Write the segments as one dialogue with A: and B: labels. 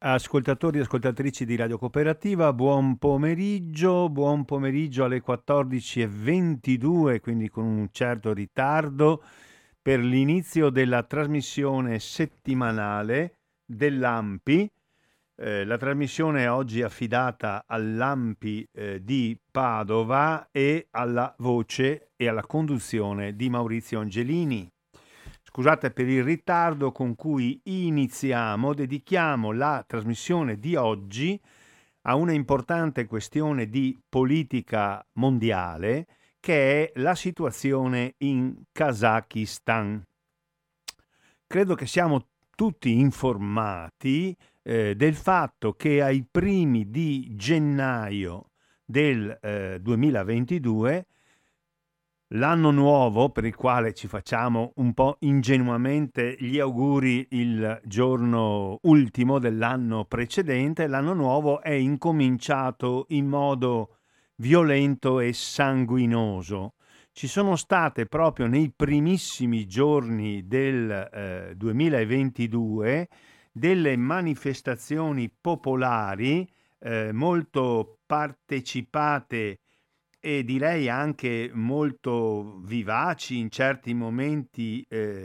A: Ascoltatori e ascoltatrici di Radio Cooperativa, buon pomeriggio alle 14:22, quindi con un certo ritardo per l'inizio della trasmissione settimanale dell'AMPI. La trasmissione è oggi affidata all'AMPI di Padova e alla voce e alla conduzione di Maurizio Angelini. Scusate per il ritardo con cui iniziamo, dedichiamo la trasmissione di oggi a una importante questione di politica mondiale che è la situazione in Kazakistan. Credo che siamo tutti informati del fatto che ai primi di gennaio del 2022 l'anno nuovo, per il quale ci facciamo un po' ingenuamente gli auguri il giorno ultimo dell'anno precedente, l'anno nuovo è incominciato in modo violento e sanguinoso. Ci sono state proprio nei primissimi giorni del 2022 delle manifestazioni popolari molto partecipate e direi anche molto vivaci in certi momenti,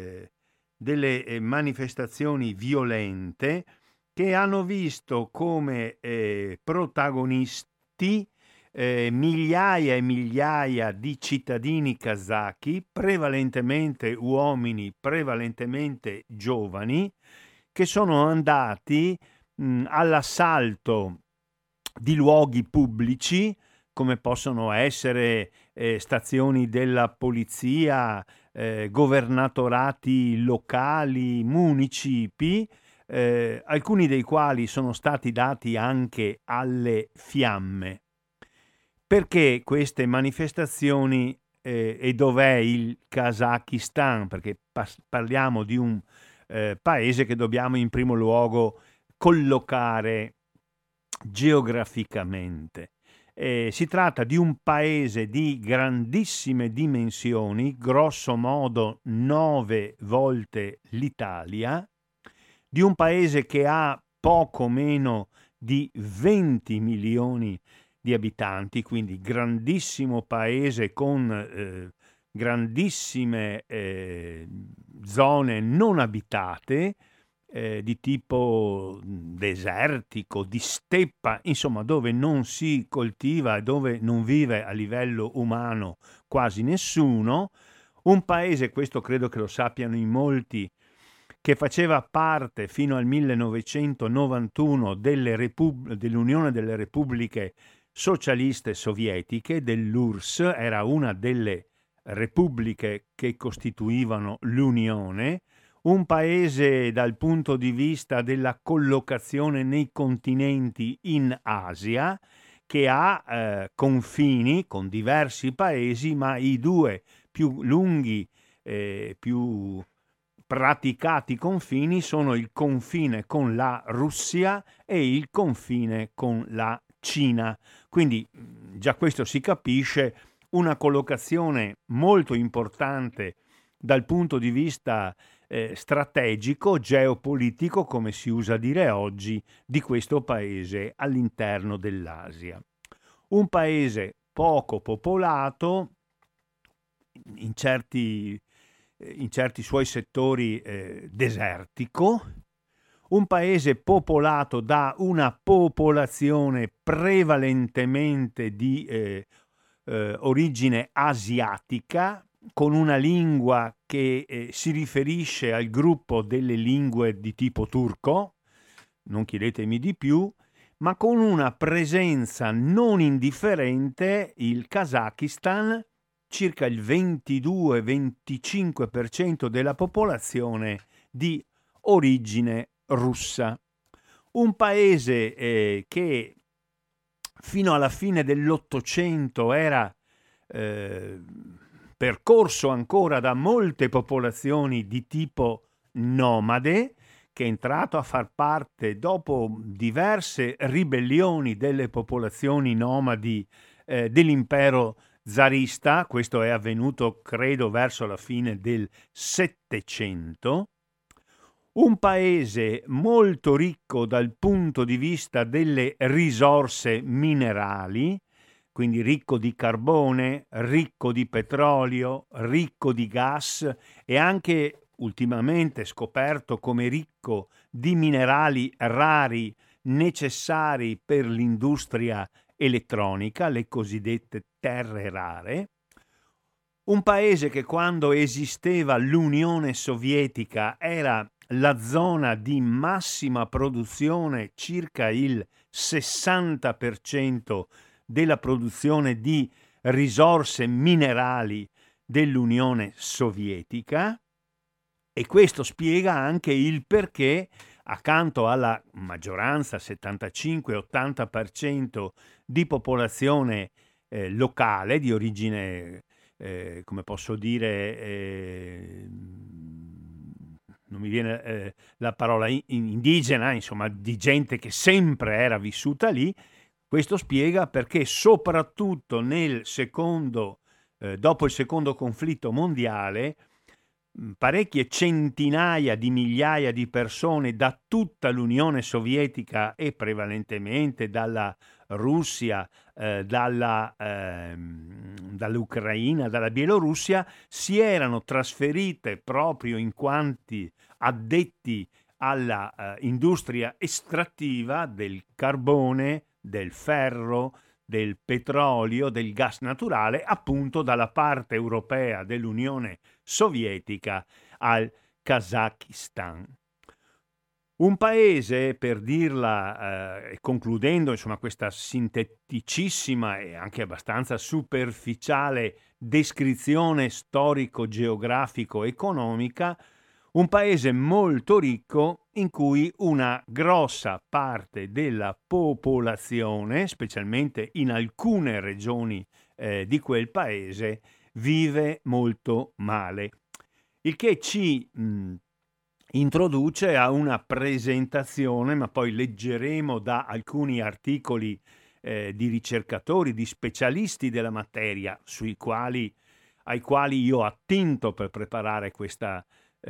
A: delle manifestazioni violente che hanno visto come protagonisti migliaia e migliaia di cittadini kazaki, prevalentemente uomini, prevalentemente giovani, che sono andati all'assalto di luoghi pubblici come possono essere stazioni della polizia, governatorati locali, municipi, alcuni dei quali sono stati dati anche alle fiamme. Perché queste manifestazioni e dov'è il Kazakistan? Perché parliamo di un paese che dobbiamo in primo luogo collocare geograficamente. Si tratta di un paese di grandissime dimensioni, grosso modo 9 volte l'Italia, di un paese che ha poco meno di 20 milioni di abitanti, quindi grandissimo paese con grandissime zone non abitate, di tipo desertico, di steppa, insomma dove non si coltiva e dove non vive a livello umano quasi nessuno, un paese, questo credo che lo sappiano in molti, che faceva parte fino al 1991 dell'Unione delle Repubbliche Socialiste Sovietiche, dell'URSS, era una delle repubbliche che costituivano l'Unione, un paese dal punto di vista della collocazione nei continenti in Asia, che ha confini con diversi paesi, ma i due più lunghi, più praticati confini sono il confine con la Russia e il confine con la Cina. Quindi già questo si capisce, una collocazione molto importante dal punto di vista strategico, geopolitico, come si usa dire oggi, di questo paese all'interno dell'Asia. Un paese poco popolato, in certi, in certi suoi settori desertico, un paese popolato da una popolazione prevalentemente di origine asiatica, con una lingua che si riferisce al gruppo delle lingue di tipo turco, non chiedetemi di più, ma con una presenza non indifferente, il Kazakistan, circa il 22-25% della popolazione di origine russa. Un paese che fino alla fine dell'Ottocento era percorso ancora da molte popolazioni di tipo nomade, che è entrato a far parte dopo diverse ribellioni delle popolazioni nomadi dell'impero zarista. Questo è avvenuto credo verso la fine del Settecento. Un paese molto ricco dal punto di vista delle risorse minerali, quindi ricco di carbone, ricco di petrolio, ricco di gas e anche ultimamente scoperto come ricco di minerali rari necessari per l'industria elettronica, le cosiddette terre rare. Un paese che quando esisteva l'Unione Sovietica era la zona di massima produzione, circa il 60% della produzione di risorse minerali dell'Unione Sovietica, e questo spiega anche il perché, accanto alla maggioranza, 75-80% di popolazione locale, di origine, come posso dire, non mi viene la parola indigena, insomma, di gente che sempre era vissuta lì. Questo spiega perché soprattutto dopo il secondo conflitto mondiale, parecchie centinaia di migliaia di persone da tutta l'Unione Sovietica e prevalentemente dalla Russia, dall'Ucraina, dalla Bielorussia, si erano trasferite proprio in quanti addetti alla industria estrattiva del carbone, del ferro, del petrolio, del gas naturale, appunto dalla parte europea dell'Unione Sovietica al Kazakistan. Un paese, per dirla, concludendo insomma questa sinteticissima e anche abbastanza superficiale descrizione storico-geografico-economica, un paese molto ricco in cui una grossa parte della popolazione, specialmente in alcune regioni di quel paese, vive molto male. Il che ci introduce a una presentazione, ma poi leggeremo da alcuni articoli di ricercatori, di specialisti della materia, ai quali io ho attinto per preparare questa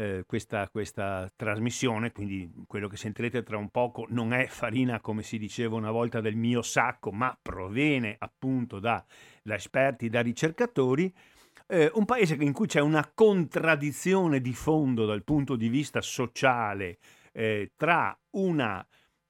A: trasmissione, quindi quello che sentirete tra un poco non è farina, come si diceva una volta, del mio sacco, ma proviene appunto da esperti, da ricercatori. Un paese in cui c'è una contraddizione di fondo dal punto di vista sociale tra una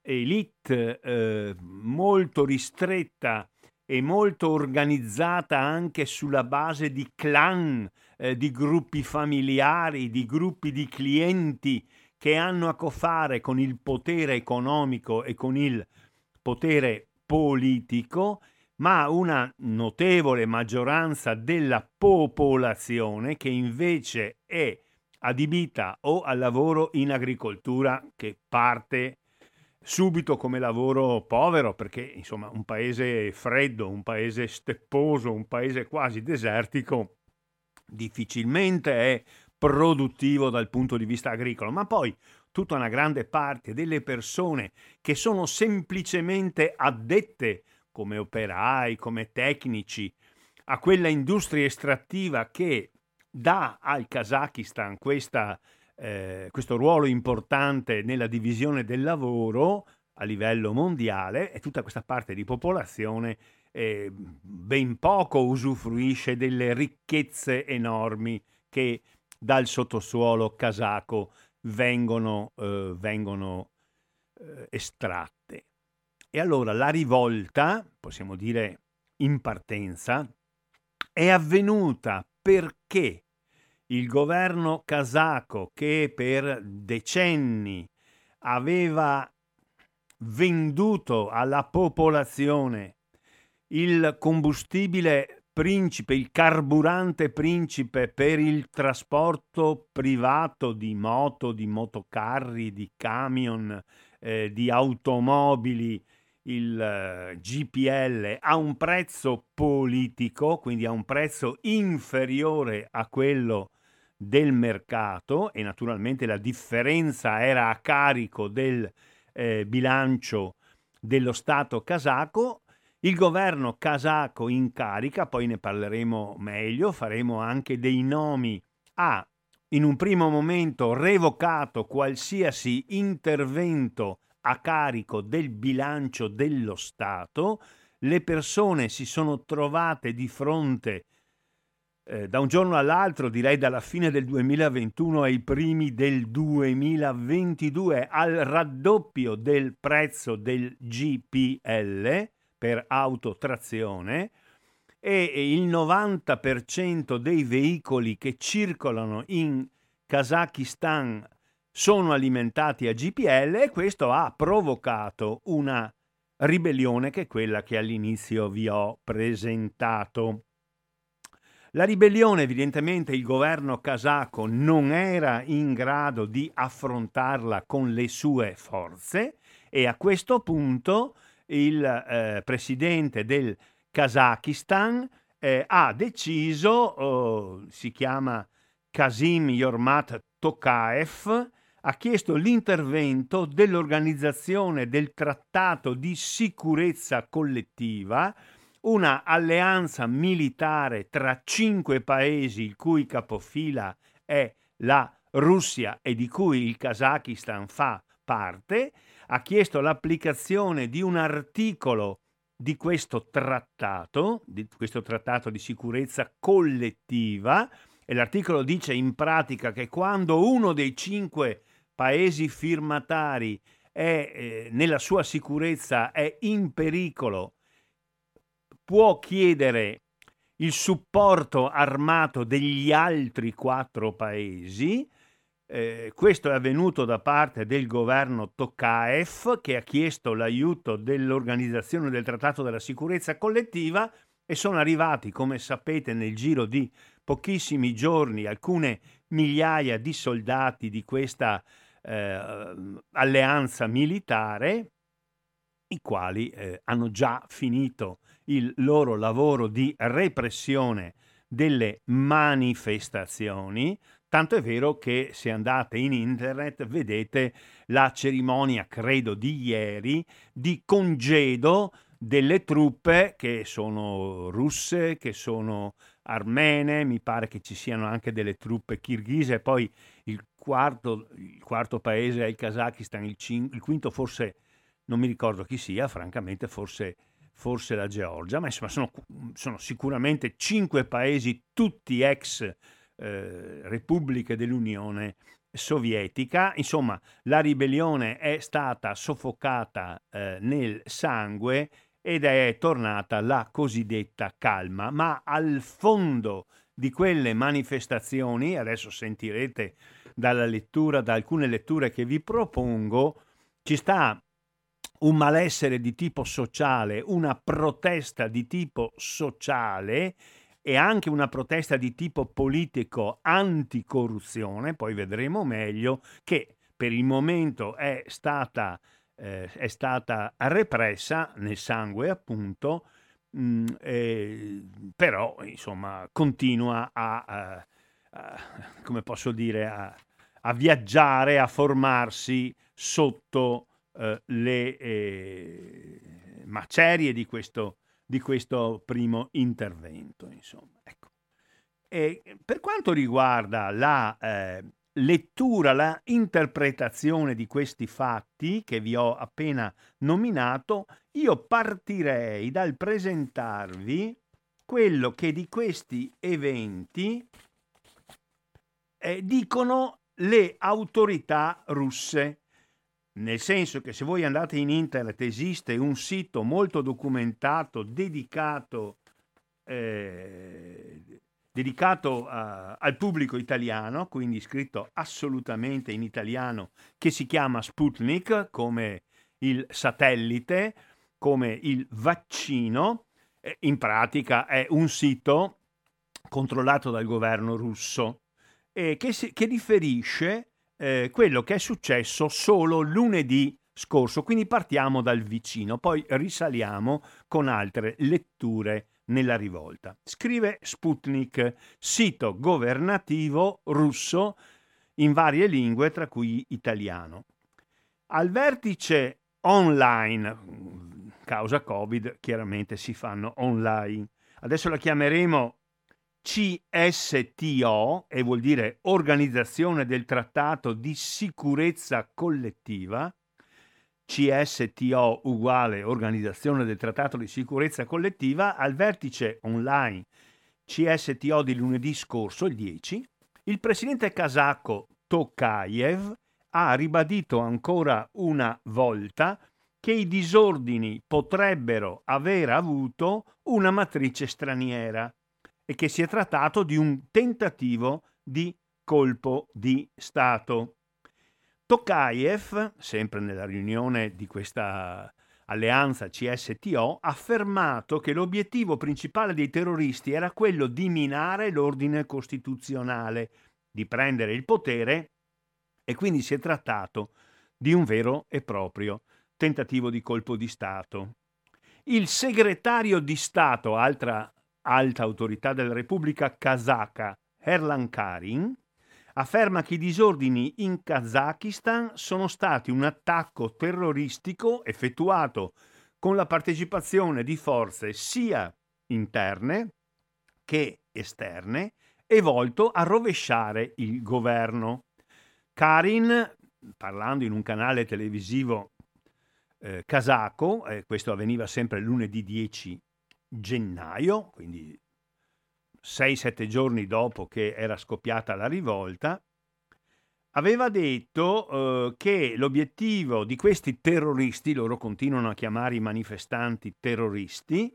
A: elite molto ristretta e molto organizzata anche sulla base di clan, di gruppi familiari, di gruppi di clienti che hanno a che fare con il potere economico e con il potere politico, ma una notevole maggioranza della popolazione che invece è adibita o al lavoro in agricoltura, che parte subito come lavoro povero, perché insomma un paese freddo, un paese stepposo, un paese quasi desertico difficilmente è produttivo dal punto di vista agricolo, ma poi tutta una grande parte delle persone che sono semplicemente addette come operai, come tecnici a quella industria estrattiva che dà al Kazakistan questo ruolo importante nella divisione del lavoro a livello mondiale, e tutta questa parte di popolazione ben poco usufruisce delle ricchezze enormi che dal sottosuolo kazako vengono estratte. E allora la rivolta, possiamo dire in partenza, è avvenuta perché il governo kazako, che per decenni aveva venduto alla popolazione il combustibile principe, il carburante principe per il trasporto privato di moto, di motocarri, di camion, di automobili, il GPL, a un prezzo politico, quindi a un prezzo inferiore a quello del mercato, e naturalmente la differenza era a carico del bilancio dello Stato kazako. Il governo kazako in carica, poi ne parleremo meglio, faremo anche dei nomi, ha in un primo momento revocato qualsiasi intervento a carico del bilancio dello Stato. Le persone si sono trovate di fronte da un giorno all'altro, direi dalla fine del 2021 ai primi del 2022, al raddoppio del prezzo del GPL per autotrazione, e il 90% dei veicoli che circolano in Kazakistan sono alimentati a GPL, e questo ha provocato una ribellione che è quella che all'inizio vi ho presentato. La ribellione, evidentemente, il governo kazako non era in grado di affrontarla con le sue forze, e a questo punto il presidente del Kazakistan ha deciso, si chiama Kassym-Jomart Tokayev, ha chiesto l'intervento dell'Organizzazione del Trattato di Sicurezza Collettiva, una alleanza militare tra 5 paesi il cui capofila è la Russia e di cui il Kazakistan fa parte. Ha chiesto l'applicazione di un articolo di questo trattato di sicurezza collettiva, e l'articolo dice in pratica che quando uno dei 5 paesi firmatari nella sua sicurezza è in pericolo, può chiedere il supporto armato degli altri 4 paesi. Questo è avvenuto da parte del governo Tokayev, che ha chiesto l'aiuto dell'Organizzazione del Trattato della Sicurezza Collettiva, e sono arrivati, come sapete, nel giro di pochissimi giorni alcune migliaia di soldati di questa alleanza militare, i quali hanno già finito il loro lavoro di repressione delle manifestazioni, tanto è vero che se andate in internet vedete la cerimonia, credo di ieri, di congedo delle truppe che sono russe, che sono armene, mi pare che ci siano anche delle truppe kirghise, poi il quarto paese è il Kazakistan, il quinto forse non mi ricordo chi sia, francamente forse la Georgia, ma insomma sono sicuramente 5 paesi, tutti ex repubbliche dell'Unione Sovietica. Insomma, la ribellione è stata soffocata nel sangue ed è tornata la cosiddetta calma, ma al fondo di quelle manifestazioni, adesso sentirete dalla lettura, da alcune letture che vi propongo, ci sta un malessere di tipo sociale, una protesta di tipo sociale e anche una protesta di tipo politico anticorruzione, poi vedremo meglio, che per il momento è stata repressa nel sangue, appunto, però insomma continua come posso dire, a viaggiare, a formarsi sotto le macerie di questo primo intervento, insomma. Ecco. E per quanto riguarda la lettura, la interpretazione di questi fatti che vi ho appena nominato, io partirei dal presentarvi quello che di questi eventi dicono le autorità russe. Nel senso che se voi andate in internet esiste un sito molto documentato dedicato al pubblico italiano, quindi scritto assolutamente in italiano, che si chiama Sputnik, come il satellite, come il vaccino. In pratica è un sito controllato dal governo russo che riferisce quello che è successo solo lunedì scorso, quindi partiamo dal vicino, poi risaliamo con altre letture nella rivolta. Scrive Sputnik, sito governativo russo in varie lingue, tra cui italiano. Al vertice online, causa Covid, chiaramente si fanno online. Adesso la chiameremo CSTO, e vuol dire Organizzazione del Trattato di Sicurezza Collettiva, CSTO uguale Organizzazione del Trattato di Sicurezza Collettiva, al vertice online CSTO di lunedì scorso, il 10, il presidente kazako Tokayev ha ribadito ancora una volta che i disordini potrebbero aver avuto una matrice straniera e che si è trattato di un tentativo di colpo di Stato. Tokayev, sempre nella riunione di questa alleanza CSTO, ha affermato che l'obiettivo principale dei terroristi era quello di minare l'ordine costituzionale, di prendere il potere, e quindi si è trattato di un vero e proprio tentativo di colpo di Stato. Il segretario di Stato, altra alta autorità della Repubblica Kazaka, Erlan Karin, afferma che i disordini in Kazakistan sono stati un attacco terroristico effettuato con la partecipazione di forze sia interne che esterne e volto a rovesciare il governo. Karin, parlando in un canale televisivo kazako, questo avveniva sempre lunedì 10 gennaio, quindi 6-7 giorni dopo che era scoppiata la rivolta, aveva detto che l'obiettivo di questi terroristi, loro continuano a chiamare i manifestanti terroristi,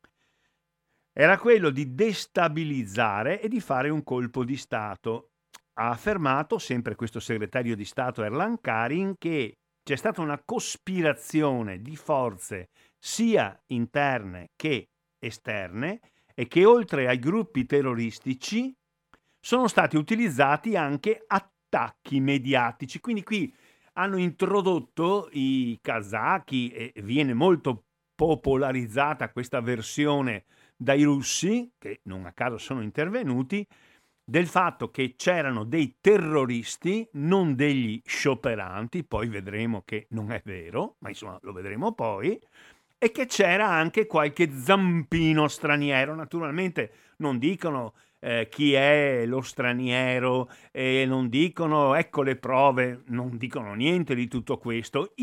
A: era quello di destabilizzare e di fare un colpo di Stato. Ha affermato, sempre questo segretario di Stato Erlan Karin, che c'è stata una cospirazione di forze sia interne che esterne e che oltre ai gruppi terroristici sono stati utilizzati anche attacchi mediatici. Quindi qui hanno introdotto i kazaki e viene molto popolarizzata questa versione dai russi, che non a caso sono intervenuti, del fatto che c'erano dei terroristi, non degli scioperanti, poi vedremo che non è vero, ma insomma lo vedremo poi, e che c'era anche qualche zampino straniero. Naturalmente non dicono chi è lo straniero, non dicono ecco le prove, non dicono niente di tutto questo,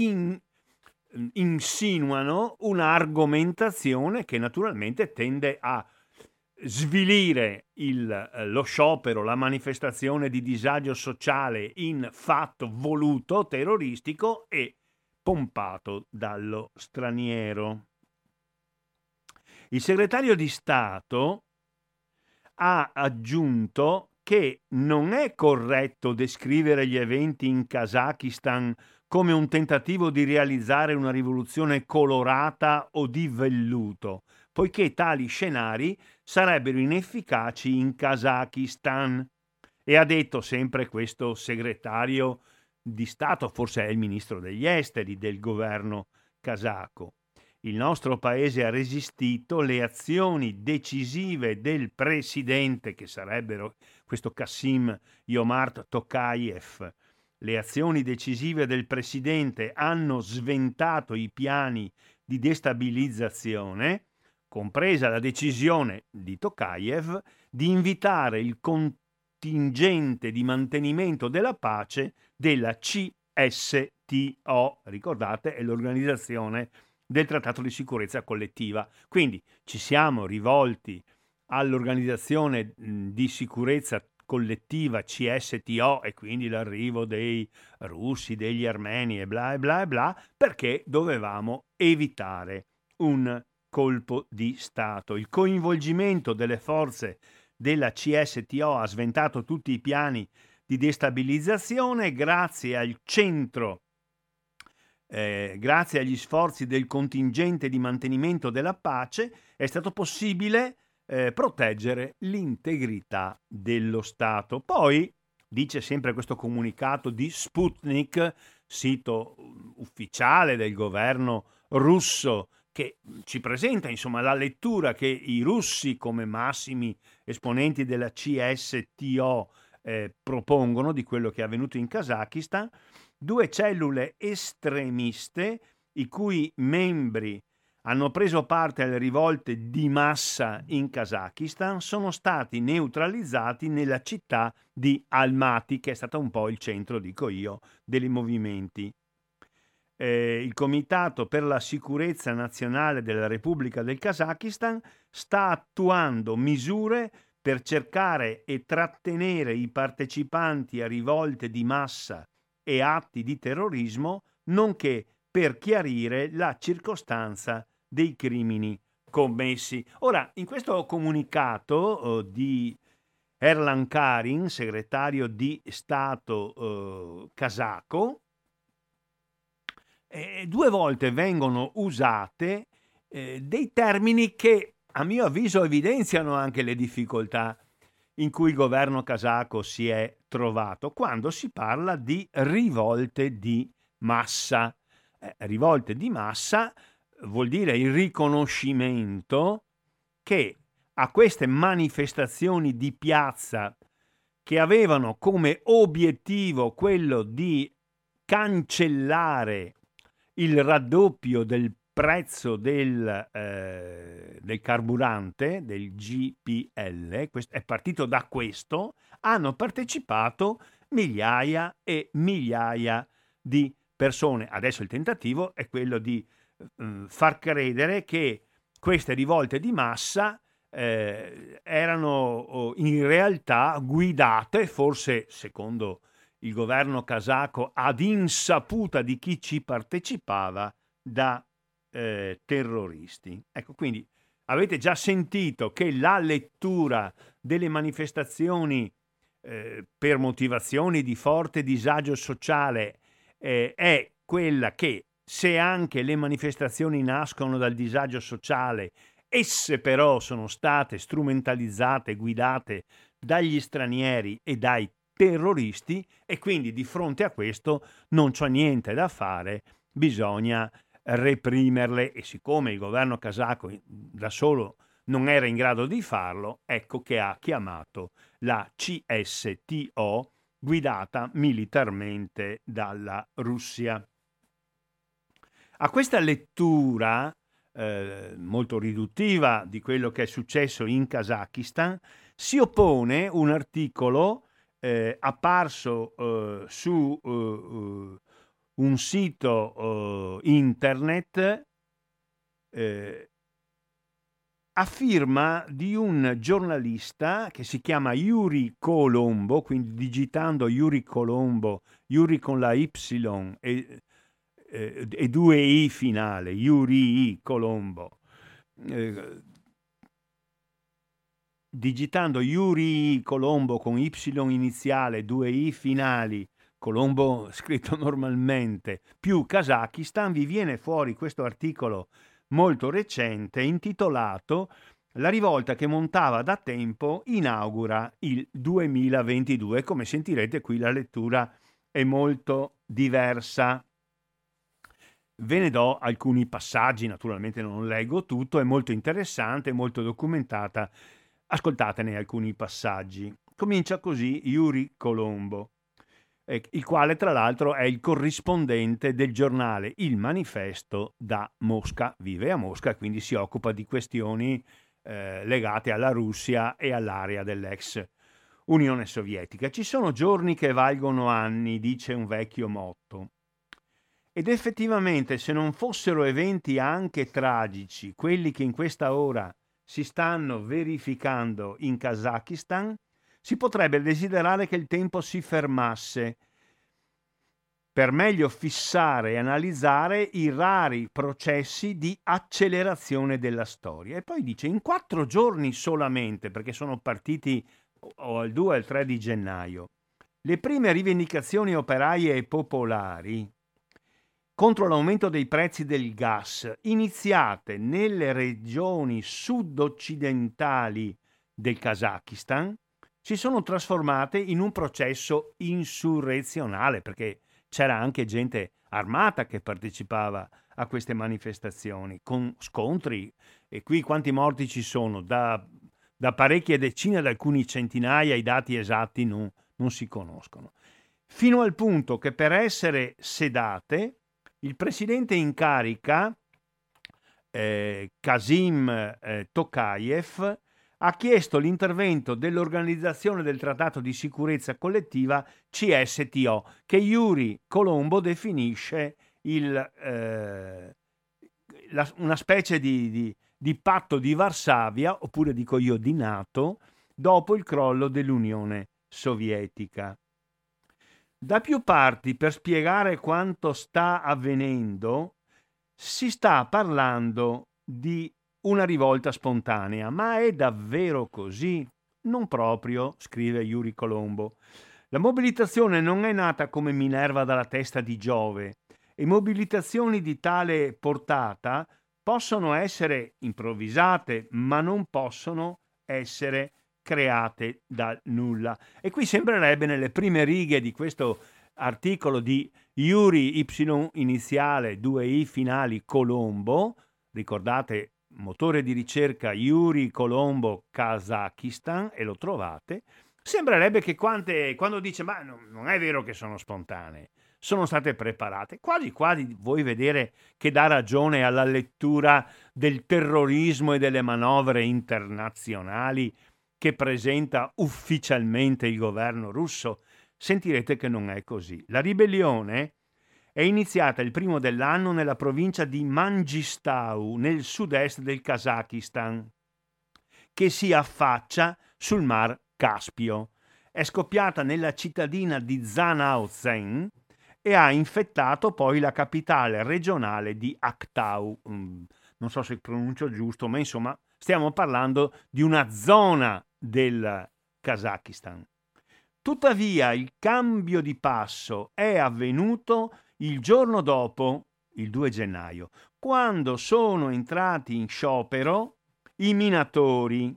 A: insinuano un'argomentazione che naturalmente tende a svilire lo sciopero, la manifestazione di disagio sociale in fatto voluto terroristico e pompato dallo straniero. Il segretario di Stato ha aggiunto che non è corretto descrivere gli eventi in Kazakistan come un tentativo di realizzare una rivoluzione colorata o di velluto, poiché tali scenari sarebbero inefficaci in Kazakistan. E ha detto sempre questo segretario di Stato, forse è il ministro degli esteri del governo kazako: il nostro paese ha resistito, le azioni decisive del presidente, che sarebbero questo Kassym-Jomart Tokayev, le azioni decisive del presidente hanno sventato i piani di destabilizzazione, compresa la decisione di Tokayev di invitare il contingente di mantenimento della pace della CSTO, ricordate, è l'organizzazione del Trattato di Sicurezza Collettiva. Quindi ci siamo rivolti all'Organizzazione di Sicurezza Collettiva CSTO e quindi l'arrivo dei russi, degli armeni e bla e bla e bla, perché dovevamo evitare un colpo di Stato. Il coinvolgimento delle forze della CSTO ha sventato tutti i piani di destabilizzazione. Grazie al centro, grazie agli sforzi del contingente di mantenimento della pace, è stato possibile proteggere l'integrità dello Stato. Poi, dice sempre questo comunicato di Sputnik, sito ufficiale del governo russo, che ci presenta insomma la lettura che i russi come massimi esponenti della CSTO propongono di quello che è avvenuto in Kazakistan: due cellule estremiste i cui membri hanno preso parte alle rivolte di massa in Kazakistan sono stati neutralizzati nella città di Almaty, che è stata un po' il centro, dico io, dei movimenti. Il Comitato per la Sicurezza Nazionale della Repubblica del Kazakistan sta attuando misure per cercare e trattenere i partecipanti a rivolte di massa e atti di terrorismo, nonché per chiarire la circostanza dei crimini commessi. Ora, in questo comunicato di Erlan Karin, segretario di Stato kazako, due volte vengono usate dei termini che a mio avviso evidenziano anche le difficoltà in cui il governo kazako si è trovato quando si parla di rivolte di massa. Rivolte di massa vuol dire il riconoscimento che a queste manifestazioni di piazza, che avevano come obiettivo quello di cancellare il raddoppio del prezzo del carburante, del GPL, è partito da questo, hanno partecipato migliaia e migliaia di persone. Adesso il tentativo è quello di far credere che queste rivolte di massa erano in realtà guidate, forse secondo il governo kazako, ad insaputa di chi ci partecipava, da terroristi. Ecco, quindi avete già sentito che la lettura delle manifestazioni per motivazioni di forte disagio sociale è quella che, se anche le manifestazioni nascono dal disagio sociale, esse però sono state strumentalizzate, guidate dagli stranieri e dai terroristi, e quindi di fronte a questo non c'è niente da fare, bisogna reprimerle. E siccome il governo kazako da solo non era in grado di farlo, ecco che ha chiamato la CSTO, guidata militarmente dalla Russia. A questa lettura molto riduttiva di quello che è successo in Kazakistan si oppone un articolo apparso su un sito internet a firma di un giornalista che si chiama Yuri Colombo, quindi digitando Yuri Colombo, Yuri con la Y e due I finale, Yuri Colombo, digitando Yuri Colombo con Y iniziale, due I finali, Colombo scritto normalmente, più Kazakistan, vi viene fuori questo articolo molto recente intitolato "La rivolta che montava da tempo inaugura il 2022". Come sentirete qui la lettura è molto diversa. Ve ne do alcuni passaggi, naturalmente non leggo tutto, è molto interessante, molto documentata. Ascoltatene alcuni passaggi. Comincia così Yuri Colombo, il quale tra l'altro è il corrispondente del giornale Il Manifesto da Mosca. Vive a Mosca e quindi si occupa di questioni legate alla Russia e all'area dell'ex Unione Sovietica. Ci sono giorni che valgono anni, dice un vecchio motto. Ed effettivamente, se non fossero eventi anche tragici, quelli che in questa ora si stanno verificando in Kazakistan, si potrebbe desiderare che il tempo si fermasse per meglio fissare e analizzare i rari processi di accelerazione della storia. E poi dice, in 4 giorni solamente, perché sono partiti o al 2 o al 3 di gennaio, le prime rivendicazioni operaie e popolari contro l'aumento dei prezzi del gas, iniziate nelle regioni sud-occidentali del Kazakistan, si sono trasformate in un processo insurrezionale, perché c'era anche gente armata che partecipava a queste manifestazioni, con scontri. E qui quanti morti ci sono? Da parecchie decine ad alcuni centinaia, i dati esatti non si conoscono. Fino al punto che per essere sedate, il presidente in carica Kasim Tokayev, ha chiesto l'intervento dell'Organizzazione del Trattato di Sicurezza Collettiva CSTO, che Yuri Colombo definisce una specie di patto di Varsavia, oppure dico io di NATO, dopo il crollo dell'Unione Sovietica. Da più parti, per spiegare quanto sta avvenendo, si sta parlando di una rivolta spontanea, ma è davvero così? Non proprio, scrive Yuri Colombo. La mobilitazione non è nata come Minerva dalla testa di Giove, e mobilitazioni di tale portata possono essere improvvisate, ma non possono essere create dal nulla. E qui sembrerebbe, nelle prime righe di questo articolo di Yuri Y iniziale 2I finali Colombo, ricordate, motore di ricerca Yuri Colombo Kazakistan, e lo trovate, sembrerebbe che quando dice ma non è vero che sono spontanee, sono state preparate, quasi quasi vuoi vedere che dà ragione alla lettura del terrorismo e delle manovre internazionali che presenta ufficialmente il governo russo. Sentirete che non è così. La ribellione è iniziata il primo dell'anno nella provincia di Mangistau, nel sud-est del Kazakistan, che si affaccia sul mar Caspio. È scoppiata nella cittadina di Zhanaozen e ha infettato poi la capitale regionale di Aktau. Non so se pronuncio giusto, ma insomma stiamo parlando di una zona del Kazakistan. Tuttavia il cambio di passo è avvenuto il giorno dopo, il 2 gennaio, quando sono entrati in sciopero i minatori,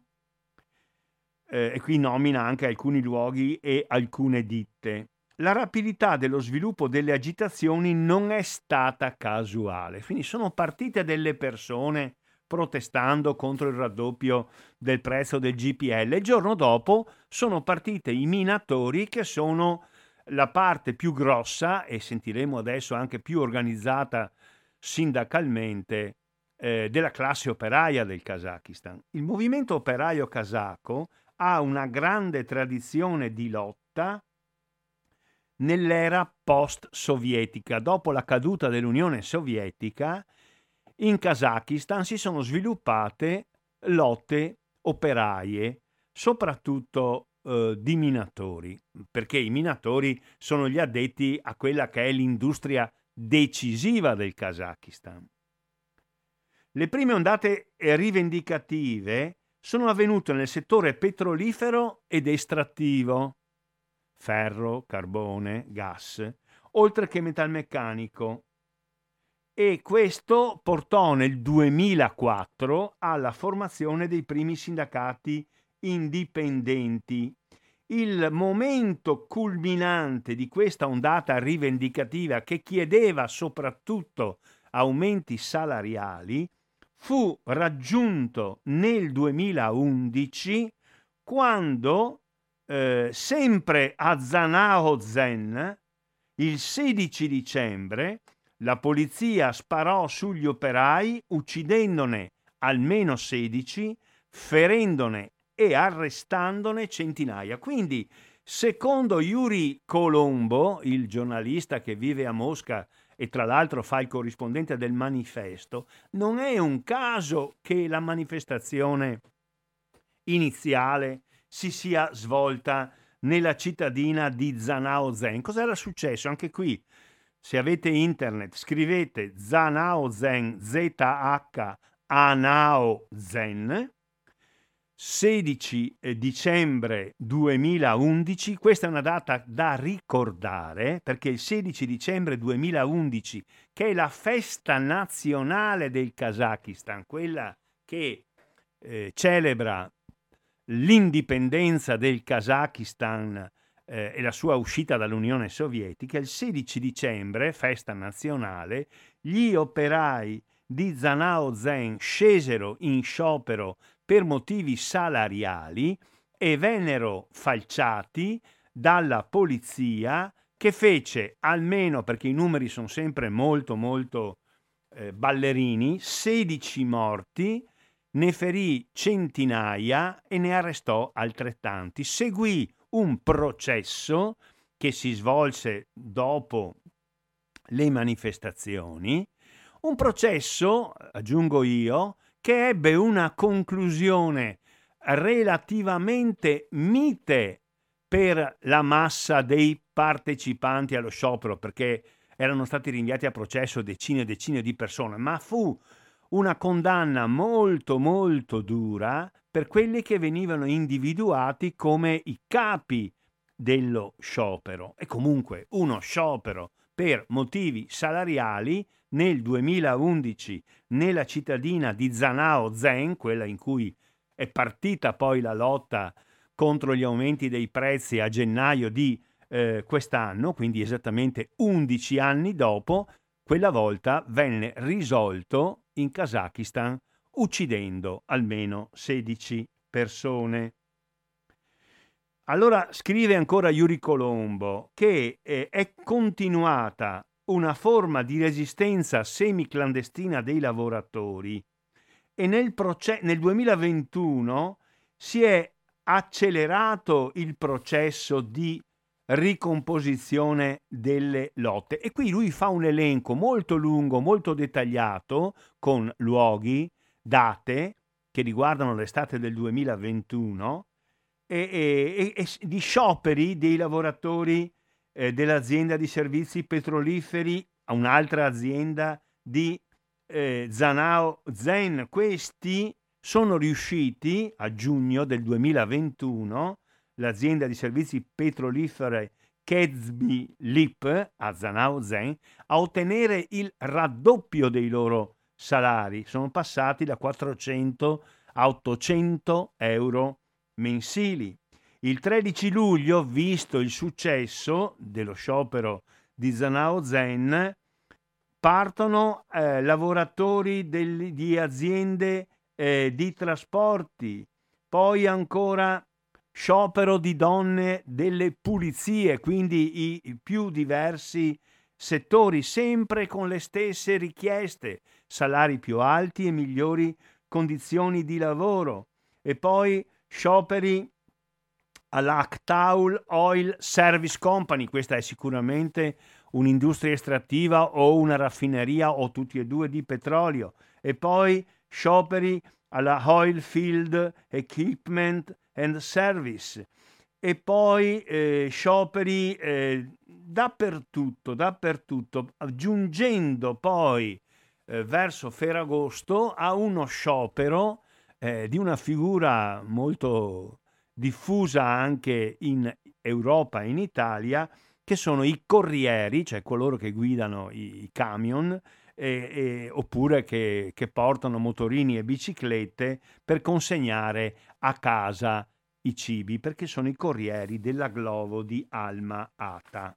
A: e qui nomina anche alcuni luoghi e alcune ditte. La rapidità dello sviluppo delle agitazioni non è stata casuale, quindi sono partite delle persone protestando contro il raddoppio del prezzo del GPL. Il giorno dopo sono partite i minatori, che sono la parte più grossa e sentiremo adesso anche più organizzata sindacalmente della classe operaia del Kazakistan. Il movimento operaio kazako ha una grande tradizione di lotta nell'era post-sovietica. Dopo la caduta dell'Unione Sovietica, in Kazakistan si sono sviluppate lotte operaie, soprattutto di minatori, perché i minatori sono gli addetti a quella che è l'industria decisiva del Kazakistan. Le prime ondate rivendicative sono avvenute nel settore petrolifero ed estrattivo, ferro, carbone, gas, oltre che metalmeccanico, e questo portò nel 2004 alla formazione dei primi sindacati indipendenti. Il momento culminante di questa ondata rivendicativa, che chiedeva soprattutto aumenti salariali, fu raggiunto nel 2011, quando sempre a Zhanaozen, il 16 dicembre, la polizia sparò sugli operai, uccidendone almeno 16, ferendone e arrestandone centinaia. Quindi, secondo Yuri Colombo, il giornalista che vive a Mosca e tra l'altro fa il corrispondente del Manifesto, non è un caso che la manifestazione iniziale si sia svolta nella cittadina di Zhanaozen. Cos'era successo? Anche qui, se avete internet, scrivete Zhanaozen, Z-H Anaozen, 16 dicembre 2011. Questa è una data da ricordare, perché il 16 dicembre 2011, che è la festa nazionale del Kazakistan, quella che celebra l'indipendenza del Kazakistan e la sua uscita dall'Unione Sovietica, il 16 dicembre, festa nazionale, gli operai di Zhanaozen scesero in sciopero per motivi salariali e vennero falciati dalla polizia, che fece, almeno perché i numeri sono sempre molto molto ballerini, 16 morti, ne ferì centinaia e ne arrestò altrettanti. Seguì un processo che si svolse dopo le manifestazioni, un processo, aggiungo io, che ebbe una conclusione relativamente mite per la massa dei partecipanti allo sciopero, perché erano stati rinviati a processo decine e decine di persone, ma fu una condanna molto molto dura per quelli che venivano individuati come i capi dello sciopero. E comunque uno sciopero per motivi salariali nel 2011 nella cittadina di Zhanaozen, quella in cui è partita poi la lotta contro gli aumenti dei prezzi a gennaio di quest'anno, quindi esattamente 11 anni dopo, quella volta venne risolto in Kazakistan uccidendo almeno 16 persone. Allora scrive ancora Yuri Colombo che è continuata una forma di resistenza semiclandestina dei lavoratori e nel 2021 si è accelerato il processo di ricomposizione delle lotte. E qui lui fa un elenco molto lungo, molto dettagliato, con luoghi, date che riguardano l'estate del 2021 e di scioperi dei lavoratori dell'azienda di servizi petroliferi a un'altra azienda di Zhanaozen. Questi sono riusciti a giugno del 2021, l'azienda di servizi petroliferi Kezby Lip a Zhanaozen, a ottenere il raddoppio dei loro salari. Sono passati da 400 a 800 euro mensili. Il 13 luglio, visto il successo dello sciopero di Zhanaozen, partono lavoratori di aziende di trasporti, poi ancora sciopero di donne delle pulizie, quindi i più diversi settori, sempre con le stesse richieste, salari più alti e migliori condizioni di lavoro, e poi scioperi alla Actaul Oil Service Company. Questa è sicuramente un'industria estrattiva o una raffineria o tutti e due di petrolio, e poi scioperi alla Oil Field Equipment and Service, e poi scioperi dappertutto, giungendo poi verso Ferragosto a uno sciopero di una figura molto diffusa anche in Europa e in Italia, che sono i corrieri, cioè coloro che guidano i camion, oppure che portano motorini e biciclette per consegnare a casa i cibi, perché sono i corrieri della Glovo di Alma Ata.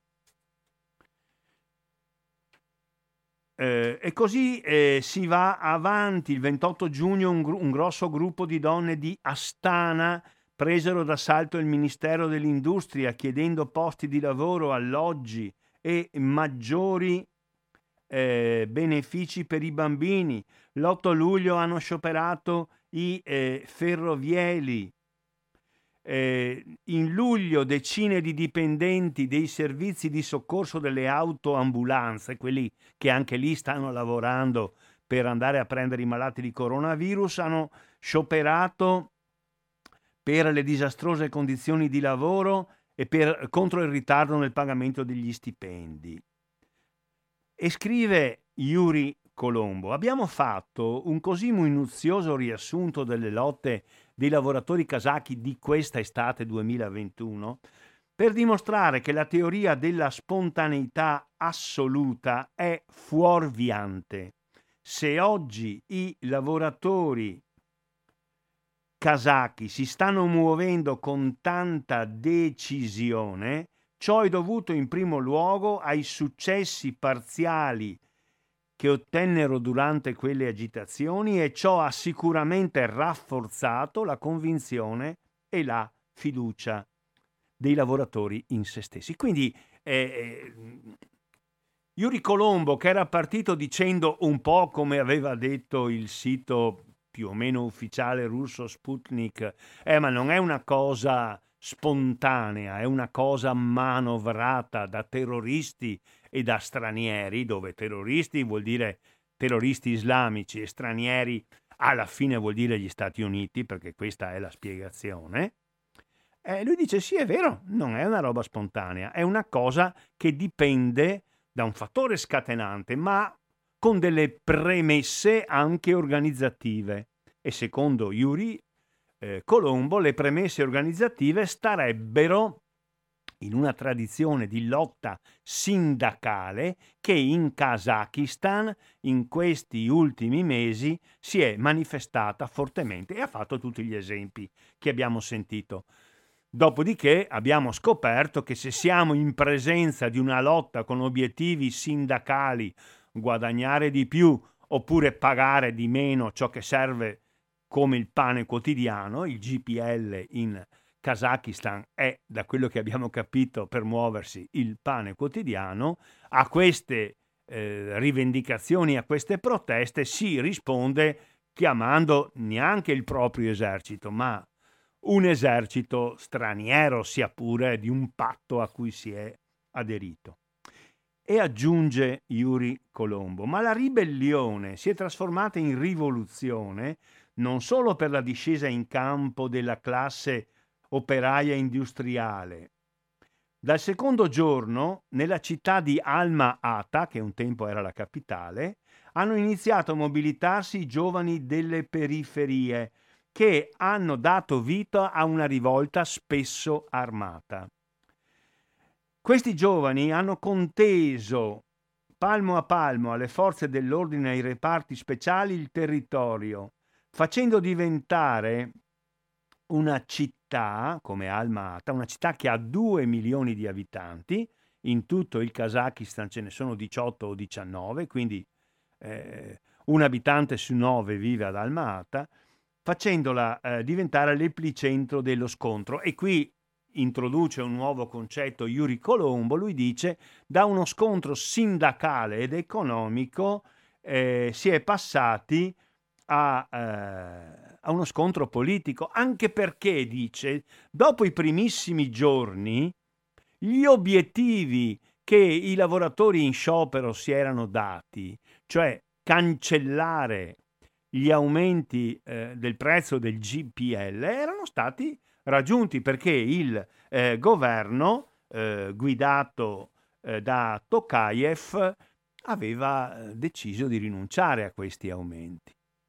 A: E così si va avanti. Il 28 giugno un grosso gruppo di donne di Astana presero d'assalto il Ministero dell'Industria chiedendo posti di lavoro, alloggi e maggiori benefici per i bambini. L'8 luglio hanno scioperato i ferrovieri. In luglio decine di dipendenti dei servizi di soccorso delle autoambulanze, quelli che anche lì stanno lavorando per andare a prendere i malati di coronavirus, hanno scioperato per le disastrose condizioni di lavoro e contro il ritardo nel pagamento degli stipendi. E scrive Yuri Colombo: abbiamo fatto un così minuzioso riassunto delle lotte dei lavoratori kazaki di questa estate 2021 per dimostrare che la teoria della spontaneità assoluta è fuorviante. Se oggi i lavoratori kazaki si stanno muovendo con tanta decisione, ciò è dovuto in primo luogo ai successi parziali che ottennero durante quelle agitazioni, e ciò ha sicuramente rafforzato la convinzione e la fiducia dei lavoratori in se stessi. Quindi Yuri Colombo, che era partito dicendo un po' come aveva detto il sito più o meno ufficiale russo Sputnik, ma non è una cosa spontanea, è una cosa manovrata da terroristi e da stranieri, dove terroristi vuol dire terroristi islamici e stranieri alla fine vuol dire gli Stati Uniti, perché questa è la spiegazione. Lui dice sì, è vero, non è una roba spontanea, è una cosa che dipende da un fattore scatenante, ma con delle premesse anche organizzative. E secondo Yuri Colombo, le premesse organizzative starebbero in una tradizione di lotta sindacale che in Kazakistan in questi ultimi mesi si è manifestata fortemente e ha fatto tutti gli esempi che abbiamo sentito. Dopodiché abbiamo scoperto che se siamo in presenza di una lotta con obiettivi sindacali, guadagnare di più oppure pagare di meno ciò che serve come il pane quotidiano, il GPL in Kazakistan è, da quello che abbiamo capito, per muoversi il pane quotidiano, a queste rivendicazioni, a queste proteste si risponde chiamando neanche il proprio esercito, ma un esercito straniero, sia pure di un patto a cui si è aderito. E aggiunge Yuri Colombo, ma la ribellione si è trasformata in rivoluzione non solo per la discesa in campo della classe operaia industriale. Dal secondo giorno, nella città di Alma-Ata, che un tempo era la capitale, hanno iniziato a mobilitarsi i giovani delle periferie, che hanno dato vita a una rivolta spesso armata. Questi giovani hanno conteso palmo a palmo alle forze dell'ordine e ai reparti speciali il territorio, facendo diventare una città come Alma-Ata, una città che ha 2 milioni di abitanti, in tutto il Kazakistan ce ne sono 18 o 19, quindi un abitante su 9 vive ad Alma-Ata, facendola diventare l'epicentro dello scontro. E qui introduce un nuovo concetto Yuri Colombo, lui dice da uno scontro sindacale ed economico si è passati a uno scontro politico, anche perché, dice, dopo i primissimi giorni, gli obiettivi che i lavoratori in sciopero si erano dati, cioè cancellare gli aumenti del prezzo del GPL, erano stati raggiunti perché il governo guidato da Tokayev aveva deciso di rinunciare a questi aumenti.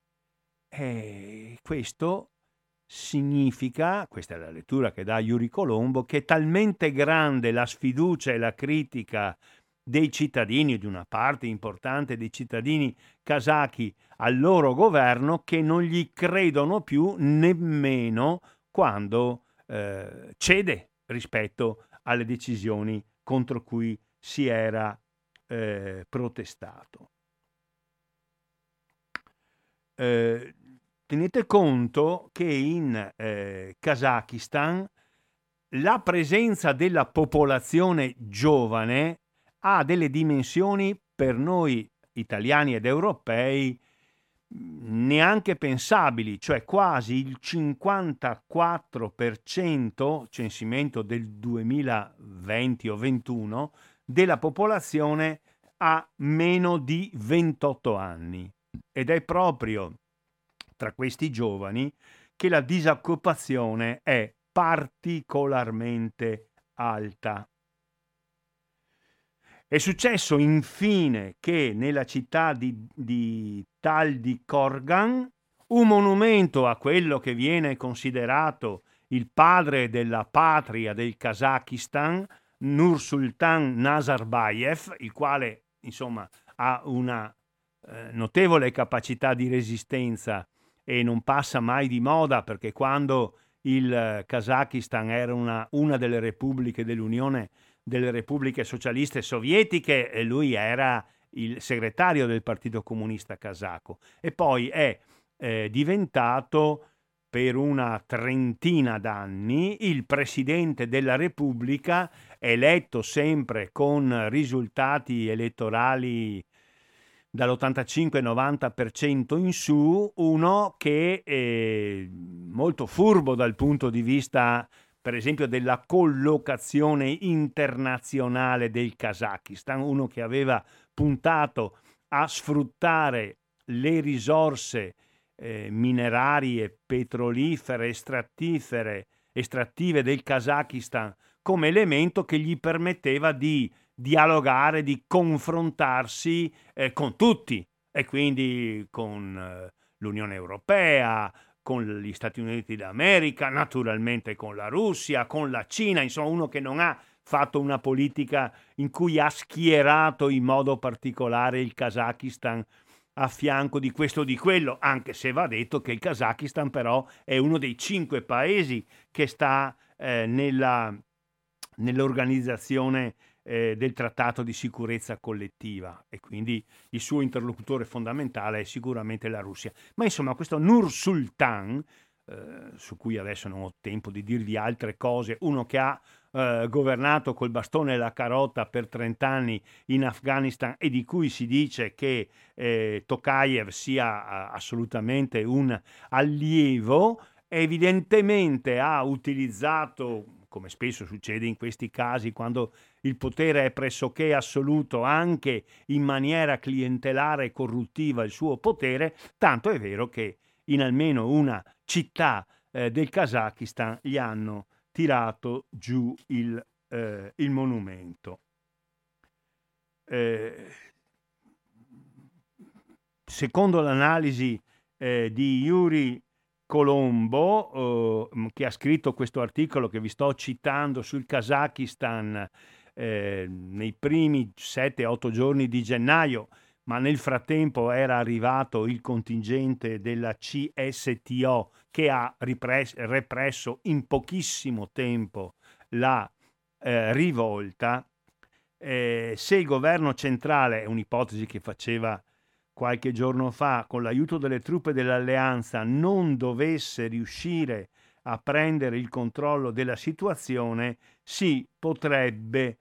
A: E questo significa, questa è la lettura che dà Yuri Colombo, che è talmente grande la sfiducia e la critica dei cittadini, di una parte importante dei cittadini kazaki al loro governo, che non gli credono più nemmeno quando cede rispetto alle decisioni contro cui si era protestato. Tenete conto che in Kazakistan la presenza della popolazione giovane ha delle dimensioni per noi italiani ed europei neanche pensabili, cioè quasi il 54%, censimento del 2020 o 21, della popolazione ha meno di 28 anni. Ed è proprio tra questi giovani che la disoccupazione è particolarmente alta. È successo infine che nella città di Taldykorgan un monumento a quello che viene considerato il padre della patria del Kazakistan, Nursultan Nazarbayev, il quale insomma ha una notevole capacità di resistenza e non passa mai di moda, perché quando il Kazakistan era una delle repubbliche dell'Unione delle repubbliche socialiste sovietiche, e lui era il segretario del Partito Comunista Kazako, e poi è diventato per una trentina d'anni il Presidente della Repubblica, eletto sempre con risultati elettorali dall'85-90% in su, uno che è molto furbo dal punto di vista, per esempio, della collocazione internazionale del Kazakistan, uno che aveva puntato a sfruttare le risorse minerarie, petrolifere, estrattive del Kazakistan come elemento che gli permetteva di dialogare, di confrontarsi con tutti, e quindi con l'Unione Europea, con gli Stati Uniti d'America, naturalmente con la Russia, con la Cina, insomma uno che non ha fatto una politica in cui ha schierato in modo particolare il Kazakistan a fianco di questo o di quello, anche se va detto che il Kazakistan però è uno dei 5 paesi che sta nell'organizzazione del trattato di sicurezza collettiva, e quindi il suo interlocutore fondamentale è sicuramente la Russia. Ma insomma questo Nursultan, su cui adesso non ho tempo di dirvi altre cose, uno che ha governato col bastone e la carota per 30 anni in Afghanistan e di cui si dice che Tokayev sia assolutamente un allievo, evidentemente ha utilizzato, come spesso succede in questi casi, quando il potere è pressoché assoluto, anche in maniera clientelare e corruttiva il suo potere, tanto è vero che in almeno una città del Kazakistan gli hanno tirato giù il monumento. Secondo l'analisi di Yuri Colombo, che ha scritto questo articolo che vi sto citando sul Kazakistan nei primi 7-8 giorni di gennaio, ma nel frattempo era arrivato il contingente della CSTO che ha represso in pochissimo tempo la rivolta. Se il governo centrale, è un'ipotesi che faceva qualche giorno fa, con l'aiuto delle truppe dell'alleanza non dovesse riuscire a prendere il controllo della situazione, si potrebbe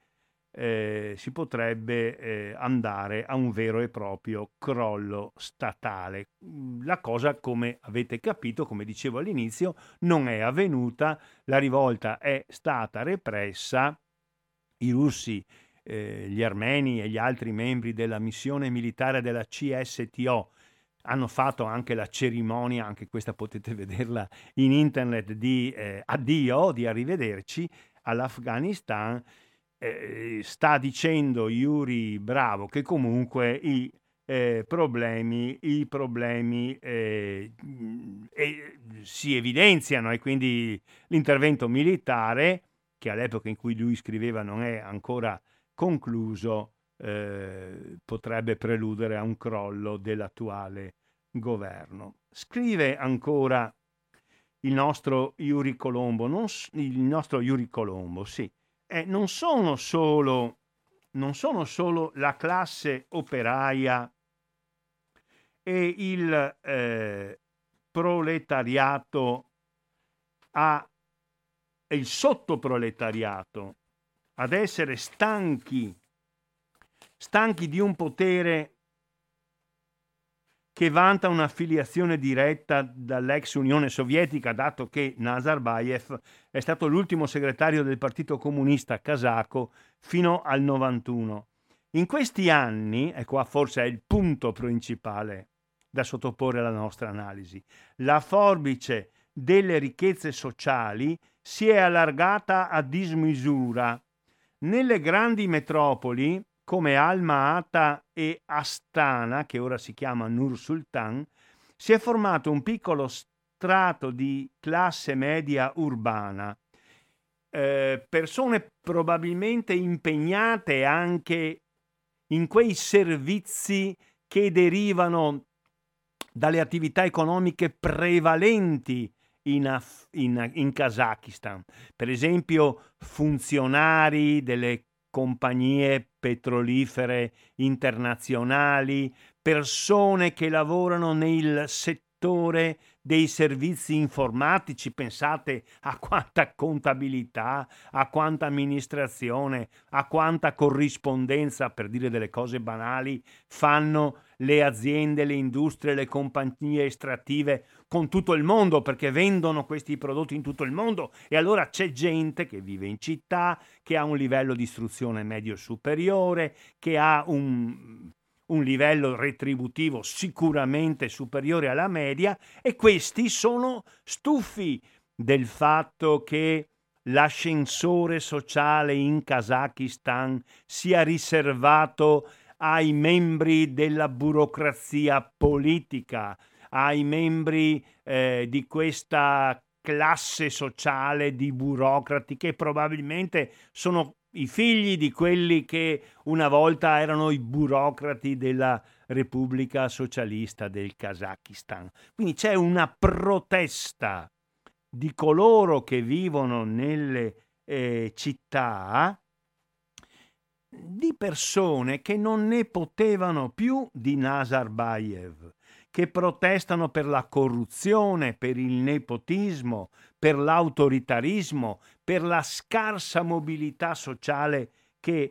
A: andare a un vero e proprio crollo statale. La cosa, come avete capito, come dicevo all'inizio, non è avvenuta, la rivolta è stata repressa, i russi, gli armeni e gli altri membri della missione militare della CSTO hanno fatto anche la cerimonia, anche questa potete vederla in internet, di addio, di arrivederci all'Afghanistan. Sta dicendo Yuri Bravo che comunque i problemi si evidenziano, e quindi l'intervento militare, che all'epoca in cui lui scriveva non è ancora concluso, potrebbe preludere a un crollo dell'attuale governo. Scrive ancora il nostro Yuri Colombo, sì. Non sono solo la classe operaia e il proletariato e il sottoproletariato ad essere stanchi di un potere che vanta un'affiliazione diretta dall'ex Unione Sovietica, dato che Nazarbayev è stato l'ultimo segretario del Partito Comunista Kazako fino al 91. In questi anni, e qua forse è il punto principale da sottoporre alla nostra analisi, la forbice delle ricchezze sociali si è allargata a dismisura. Nelle grandi metropoli come Alma-Ata e Astana, che ora si chiama Nur-Sultan, si è formato un piccolo strato di classe media urbana, persone probabilmente impegnate anche in quei servizi che derivano dalle attività economiche prevalenti in Kazakistan, per esempio funzionari delle compagnie petrolifere internazionali, persone che lavorano nel settore direttore dei servizi informatici, pensate a quanta contabilità, a quanta amministrazione, a quanta corrispondenza, per dire delle cose banali, fanno le aziende, le industrie, le compagnie estrattive con tutto il mondo, perché vendono questi prodotti in tutto il mondo, e allora c'è gente che vive in città, che ha un livello di istruzione medio superiore, che ha un livello retributivo sicuramente superiore alla media, e questi sono stufi del fatto che l'ascensore sociale in Kazakistan sia riservato ai membri della burocrazia politica, ai membri di questa classe sociale di burocrati che probabilmente sono i figli di quelli che una volta erano i burocrati della Repubblica Socialista del Kazakistan. Quindi c'è una protesta di coloro che vivono nelle città, di persone che non ne potevano più di Nazarbayev, che protestano per la corruzione, per il nepotismo, per l'autoritarismo, per la scarsa mobilità sociale che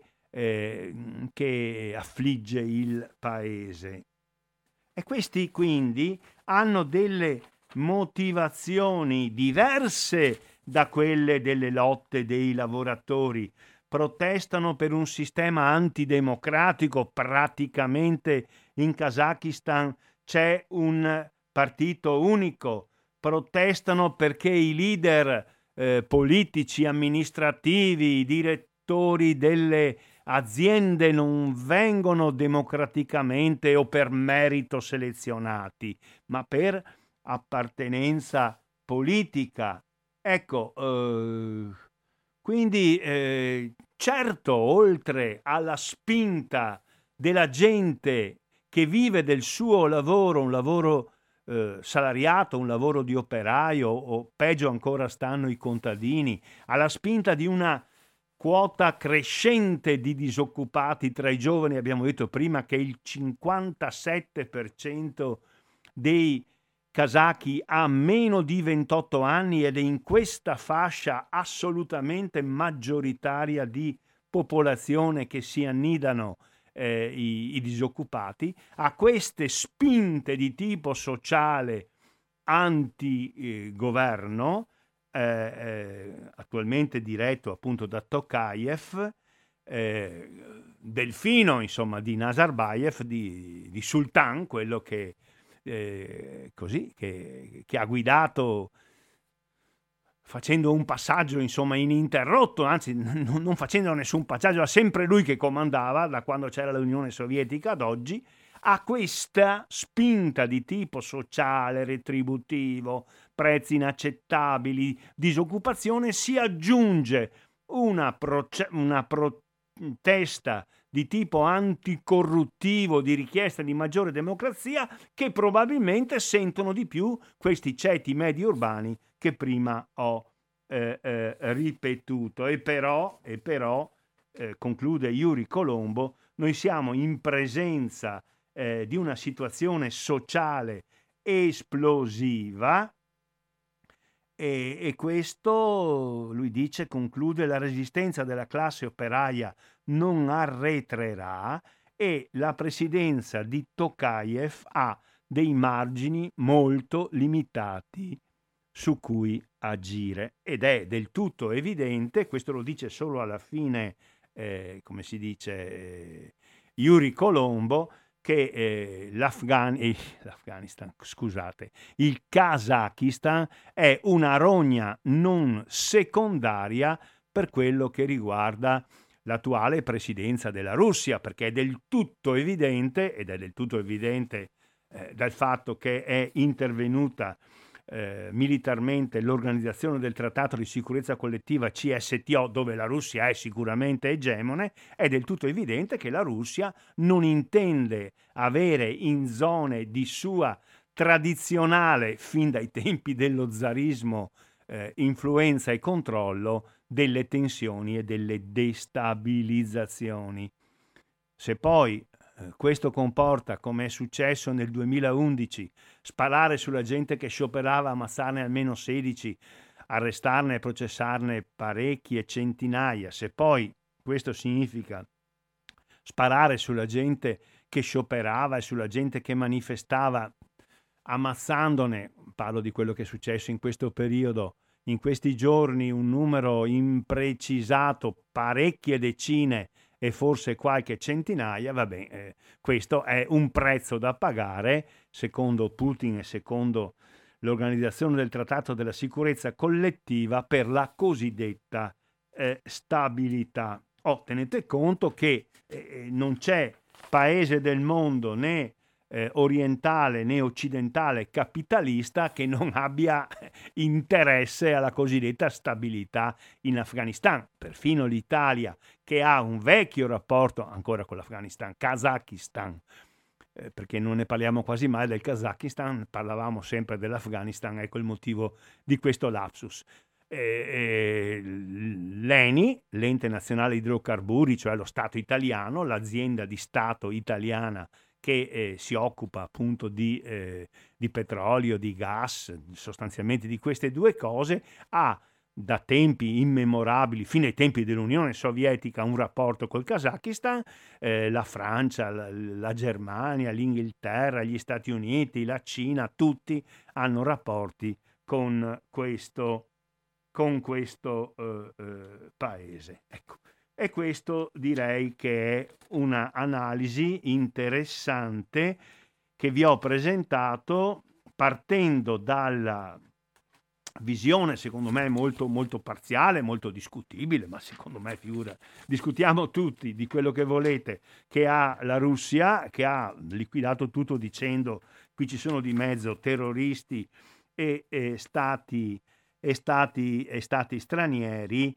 A: affligge il paese. E questi quindi hanno delle motivazioni diverse da quelle delle lotte dei lavoratori. Protestano per un sistema antidemocratico. Praticamente in Kazakistan c'è un partito unico. Protestano perché i leader politici, amministrativi, i direttori delle aziende non vengono democraticamente o per merito selezionati, ma per appartenenza politica. Ecco, quindi certo, oltre alla spinta della gente che vive del suo lavoro, un lavoro salariato, un lavoro di operaio, o peggio ancora stanno i contadini, alla spinta di una quota crescente di disoccupati tra i giovani. Abbiamo detto prima che il 57% dei kazaki ha meno di 28 anni ed è in questa fascia assolutamente maggioritaria di popolazione che si annidano i disoccupati. A queste spinte di tipo sociale anti-governo, attualmente diretto appunto da Tokayev, delfino insomma di Nazarbayev, di Sultan, quello che così che ha guidato facendo un passaggio insomma ininterrotto, anzi non facendo nessun passaggio, era sempre lui che comandava da quando c'era l'Unione Sovietica ad oggi. A questa spinta di tipo sociale, retributivo, prezzi inaccettabili, disoccupazione, si aggiunge una protesta di tipo anticorruttivo, di richiesta di maggiore democrazia, che probabilmente sentono di più questi ceti medi urbani che prima ho ripetuto. E però conclude Yuri Colombo, noi siamo in presenza di una situazione sociale esplosiva, e questo, lui dice, conclude, la resistenza della classe operaia non arretrerà e la presidenza di Tokayev ha dei margini molto limitati su cui agire, ed è del tutto evidente, questo lo dice solo alla fine, come si dice, Yuri Colombo, che l'Afghanistan, scusate, il Kazakistan è una rogna non secondaria per quello che riguarda l'attuale presidenza della Russia, perché è del tutto evidente, ed è del tutto evidente dal fatto che è intervenuta militarmente l'Organizzazione del Trattato di Sicurezza Collettiva, CSTO, dove la Russia è sicuramente egemone. È del tutto evidente che la Russia non intende avere in zone di sua tradizionale, fin dai tempi dello zarismo, influenza e controllo, delle tensioni e delle destabilizzazioni. Se poi questo comporta, come è successo nel 2011, sparare sulla gente che scioperava, ammazzarne almeno 16, arrestarne e processarne parecchi e centinaia. Se poi questo significa sparare sulla gente che scioperava e sulla gente che manifestava, ammazzandone, parlo di quello che è successo in questo periodo, in questi giorni, un numero imprecisato, parecchie decine e forse qualche centinaia, vabbè, questo è un prezzo da pagare, secondo Putin e secondo l'Organizzazione del Trattato della Sicurezza Collettiva, per la cosiddetta stabilità. Tenete conto che non c'è paese del mondo né orientale né occidentale capitalista che non abbia interesse alla cosiddetta stabilità in Afghanistan. Perfino l'Italia, che ha un vecchio rapporto ancora con l'Afghanistan, Kazakistan, perché non ne parliamo quasi mai del Kazakistan, parlavamo sempre dell'Afghanistan, ecco il motivo di questo lapsus. L'ENI, l'Ente Nazionale Idrocarburi, cioè lo Stato italiano, l'azienda di Stato italiana che si occupa appunto di petrolio, di gas, sostanzialmente di queste due cose, ha da tempi immemorabili, fino ai tempi dell'Unione Sovietica, un rapporto col Kazakistan, la Francia, la Germania, l'Inghilterra, gli Stati Uniti, la Cina, tutti hanno rapporti con questo paese. Ecco. E questo direi che è una analisi interessante che vi ho presentato partendo dalla visione, secondo me, molto, molto parziale, molto discutibile, ma secondo me, figura, discutiamo tutti di quello che volete, che ha la Russia, che ha liquidato tutto dicendo qui ci sono di mezzo terroristi e stati stranieri,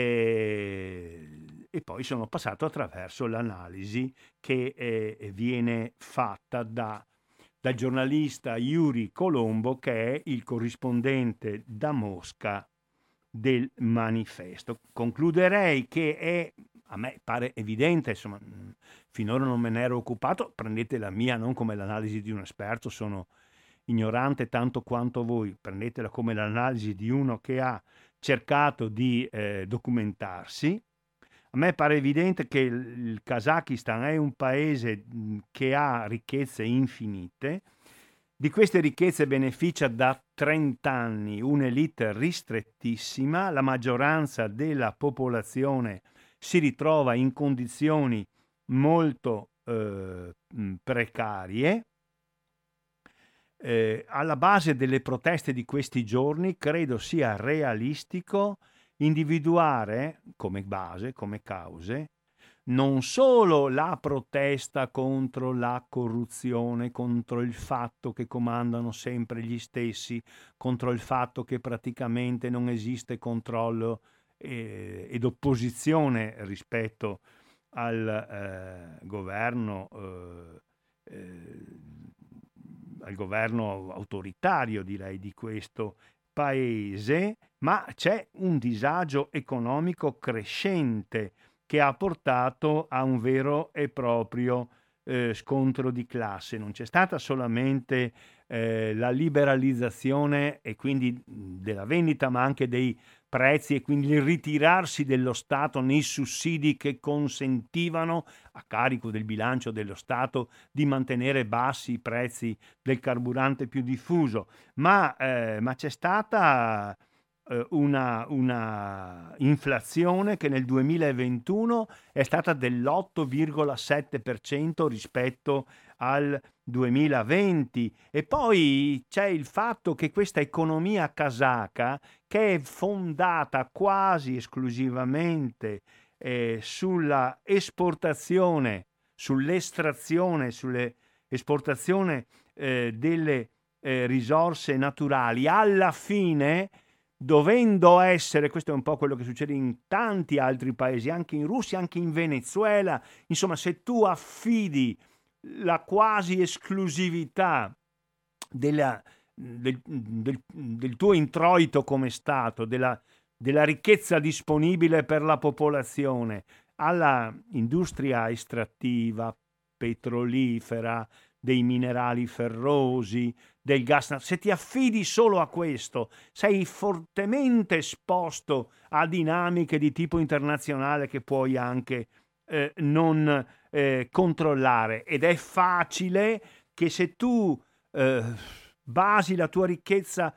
A: e poi sono passato attraverso l'analisi che viene fatta dal giornalista Yuri Colombo, che è il corrispondente da Mosca del Manifesto. Concluderei che a me pare evidente, insomma, finora non me ne ero occupato, prendete la mia non come l'analisi di un esperto, sono ignorante tanto quanto voi, prendetela come l'analisi di uno che ha cercato di documentarsi. A me pare evidente che il Kazakistan è un paese che ha ricchezze infinite. Di queste ricchezze beneficia da 30 anni un'elite ristrettissima, la maggioranza della popolazione si ritrova in condizioni molto precarie. Alla base delle proteste di questi giorni credo sia realistico individuare come base, come cause, non solo la protesta contro la corruzione, contro il fatto che comandano sempre gli stessi, contro il fatto che praticamente non esiste controllo ed opposizione rispetto al governo autoritario, direi, di questo paese, ma c'è un disagio economico crescente che ha portato a un vero e proprio scontro di classe. Non c'è stata solamente la liberalizzazione e quindi della vendita, ma anche dei prezzi e quindi il ritirarsi dello Stato nei sussidi che consentivano a carico del bilancio dello Stato di mantenere bassi i prezzi del carburante più diffuso, ma c'è stata una inflazione che nel 2021 è stata dell'8,7% rispetto al 2020, e poi c'è il fatto che questa economia kazaka, che è fondata quasi esclusivamente sulla esportazione, sull'estrazione, sull'esportazione delle risorse naturali, alla fine, dovendo essere, questo è un po' quello che succede in tanti altri paesi, anche in Russia, anche in Venezuela, insomma, se tu affidi la quasi esclusività del tuo introito come Stato, della ricchezza disponibile per la popolazione alla industria estrattiva, petrolifera, dei minerali ferrosi, del gas. Se ti affidi solo a questo, sei fortemente esposto a dinamiche di tipo internazionale che puoi anche non controllare, ed è facile che se tu basi la tua ricchezza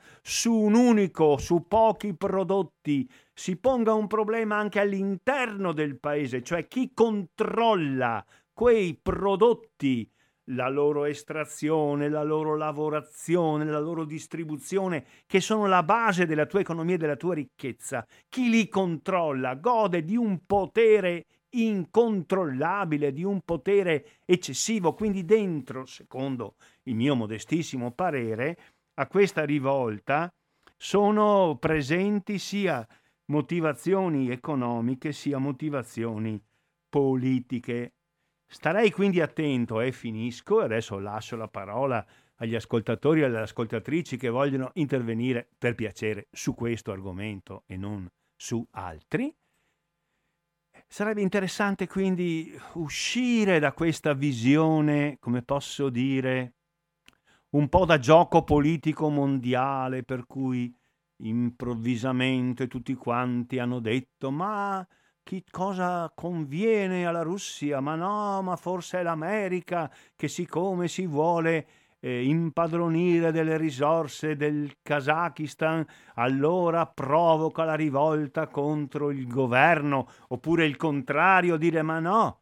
A: su pochi prodotti, si ponga un problema anche all'interno del paese, cioè chi controlla quei prodotti, la loro estrazione, la loro lavorazione, la loro distribuzione, che sono la base della tua economia e della tua ricchezza. Chi li controlla gode di un potere incontrollabile, di un potere eccessivo. Quindi dentro, secondo il mio modestissimo parere, a questa rivolta sono presenti sia motivazioni economiche sia motivazioni politiche. Starei quindi attento e finisco, e adesso lascio la parola agli ascoltatori e alle ascoltatrici che vogliono intervenire, per piacere, su questo argomento e non su altri. Sarebbe interessante quindi uscire da questa visione, come posso dire, un po' da gioco politico mondiale, per cui improvvisamente tutti quanti hanno detto: ma cosa conviene alla Russia? Ma no, ma forse è l'America che, siccome si vuole impadronire delle risorse del Kazakistan, allora provoca la rivolta contro il governo, oppure il contrario, dire: ma no,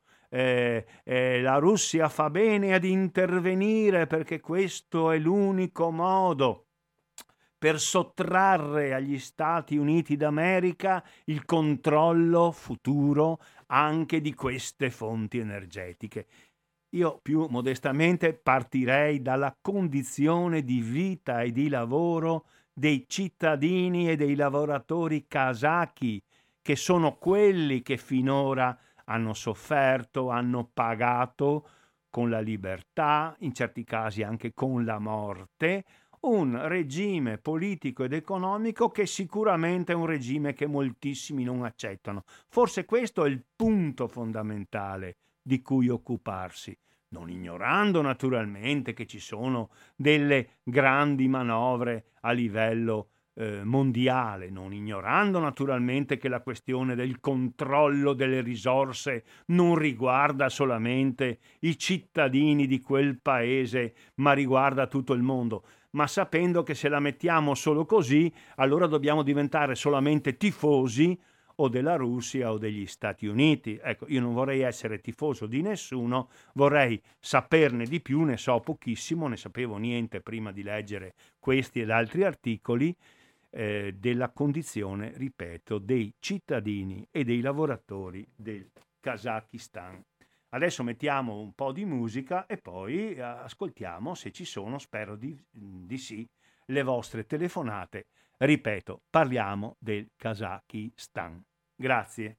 A: la Russia fa bene ad intervenire perché questo è l'unico modo per sottrarre agli Stati Uniti d'America il controllo futuro anche di queste fonti energetiche. Io più modestamente partirei dalla condizione di vita e di lavoro dei cittadini e dei lavoratori kazaki, che sono quelli che finora hanno sofferto, hanno pagato con la libertà, in certi casi anche con la morte, un regime politico ed economico che sicuramente è un regime che moltissimi non accettano. Forse questo è il punto fondamentale di cui occuparsi, non ignorando naturalmente che ci sono delle grandi manovre a livello mondiale, non ignorando naturalmente che la questione del controllo delle risorse non riguarda solamente i cittadini di quel paese, ma riguarda tutto il mondo, ma sapendo che se la mettiamo solo così, allora dobbiamo diventare solamente tifosi o della Russia o degli Stati Uniti. Ecco, io non vorrei essere tifoso di nessuno, vorrei saperne di più, ne so pochissimo, ne sapevo niente prima di leggere questi ed altri articoli, della condizione, ripeto, dei cittadini e dei lavoratori del Kazakistan. Adesso mettiamo un po' di musica e poi ascoltiamo, se ci sono, spero di sì, le vostre telefonate. Ripeto, parliamo del Kazakistan. Grazie.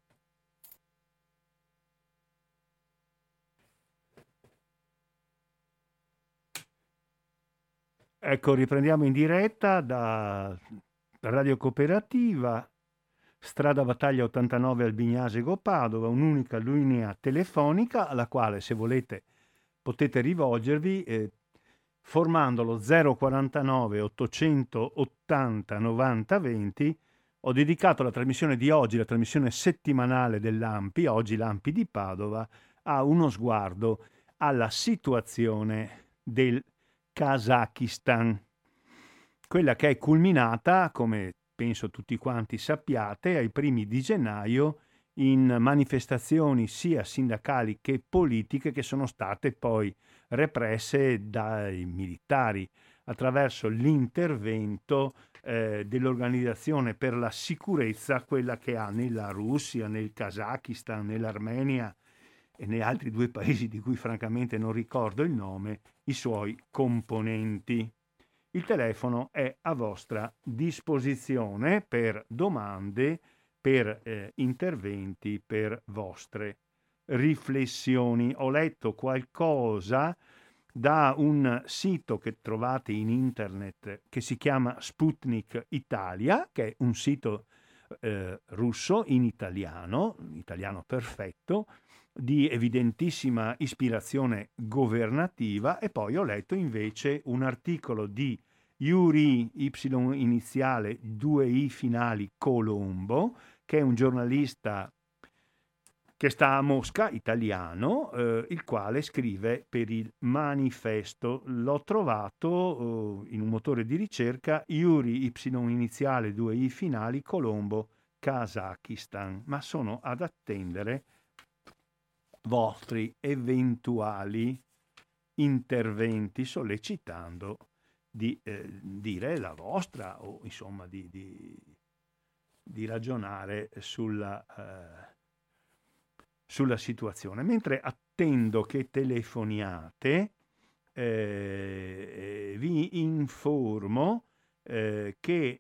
A: Ecco, riprendiamo in diretta da Radio Cooperativa, strada Battaglia 89 Albignasego Padova, un'unica linea telefonica alla quale, se volete, potete rivolgervi formando lo 049 880 90 20. Ho dedicato la trasmissione di oggi, la trasmissione settimanale dell'AMPI, oggi l'AMPI di Padova, a uno sguardo alla situazione del Kazakistan, quella che è culminata, come penso tutti quanti sappiate, ai primi di gennaio in manifestazioni sia sindacali che politiche che sono state poi represse dai militari attraverso l'intervento dell'Organizzazione per la Sicurezza, quella che ha nella Russia, nel Kazakistan, nell'Armenia e negli altri due paesi di cui francamente non ricordo il nome, i suoi componenti. Il telefono è a vostra disposizione per domande, per interventi, per vostre riflessioni. Ho letto qualcosa da un sito che trovate in internet che si chiama Sputnik Italia, che è un sito russo in italiano perfetto, di evidentissima ispirazione governativa. E poi ho letto invece un articolo di Yuri Y iniziale 2I finali Colombo, che è un giornalista che sta a Mosca, italiano, il quale scrive per il Manifesto. L'ho trovato in un motore di ricerca, Yuri Y iniziale 2I finali Colombo, Kazakistan, ma sono ad attendere vostri eventuali interventi, sollecitando di dire la vostra, o insomma di ragionare sulla situazione. Mentre attendo che telefoniate, vi informo che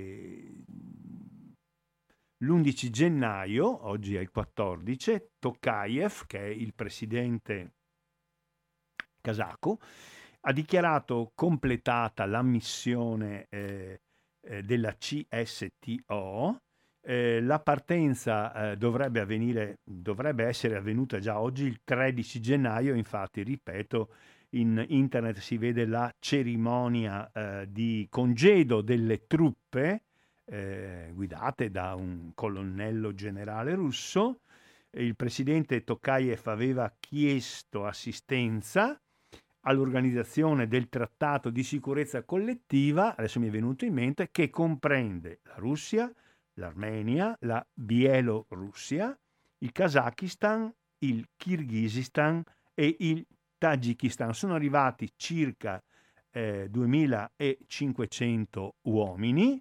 A: l'11 gennaio, oggi è il 14, Tokayev, che è il presidente kazako, ha dichiarato completata la missione della CSTO. La partenza dovrebbe essere avvenuta già oggi, il 13 gennaio, infatti, ripeto, in internet si vede la cerimonia di congedo delle truppe guidate da un colonnello generale russo. Il presidente Tokayev aveva chiesto assistenza all'organizzazione del trattato di sicurezza collettiva, adesso mi è venuto in mente, che comprende la Russia, l'Armenia, la Bielorussia, il Kazakistan, il Kirghizistan e il Tagikistan. Sono arrivati circa 2500 uomini.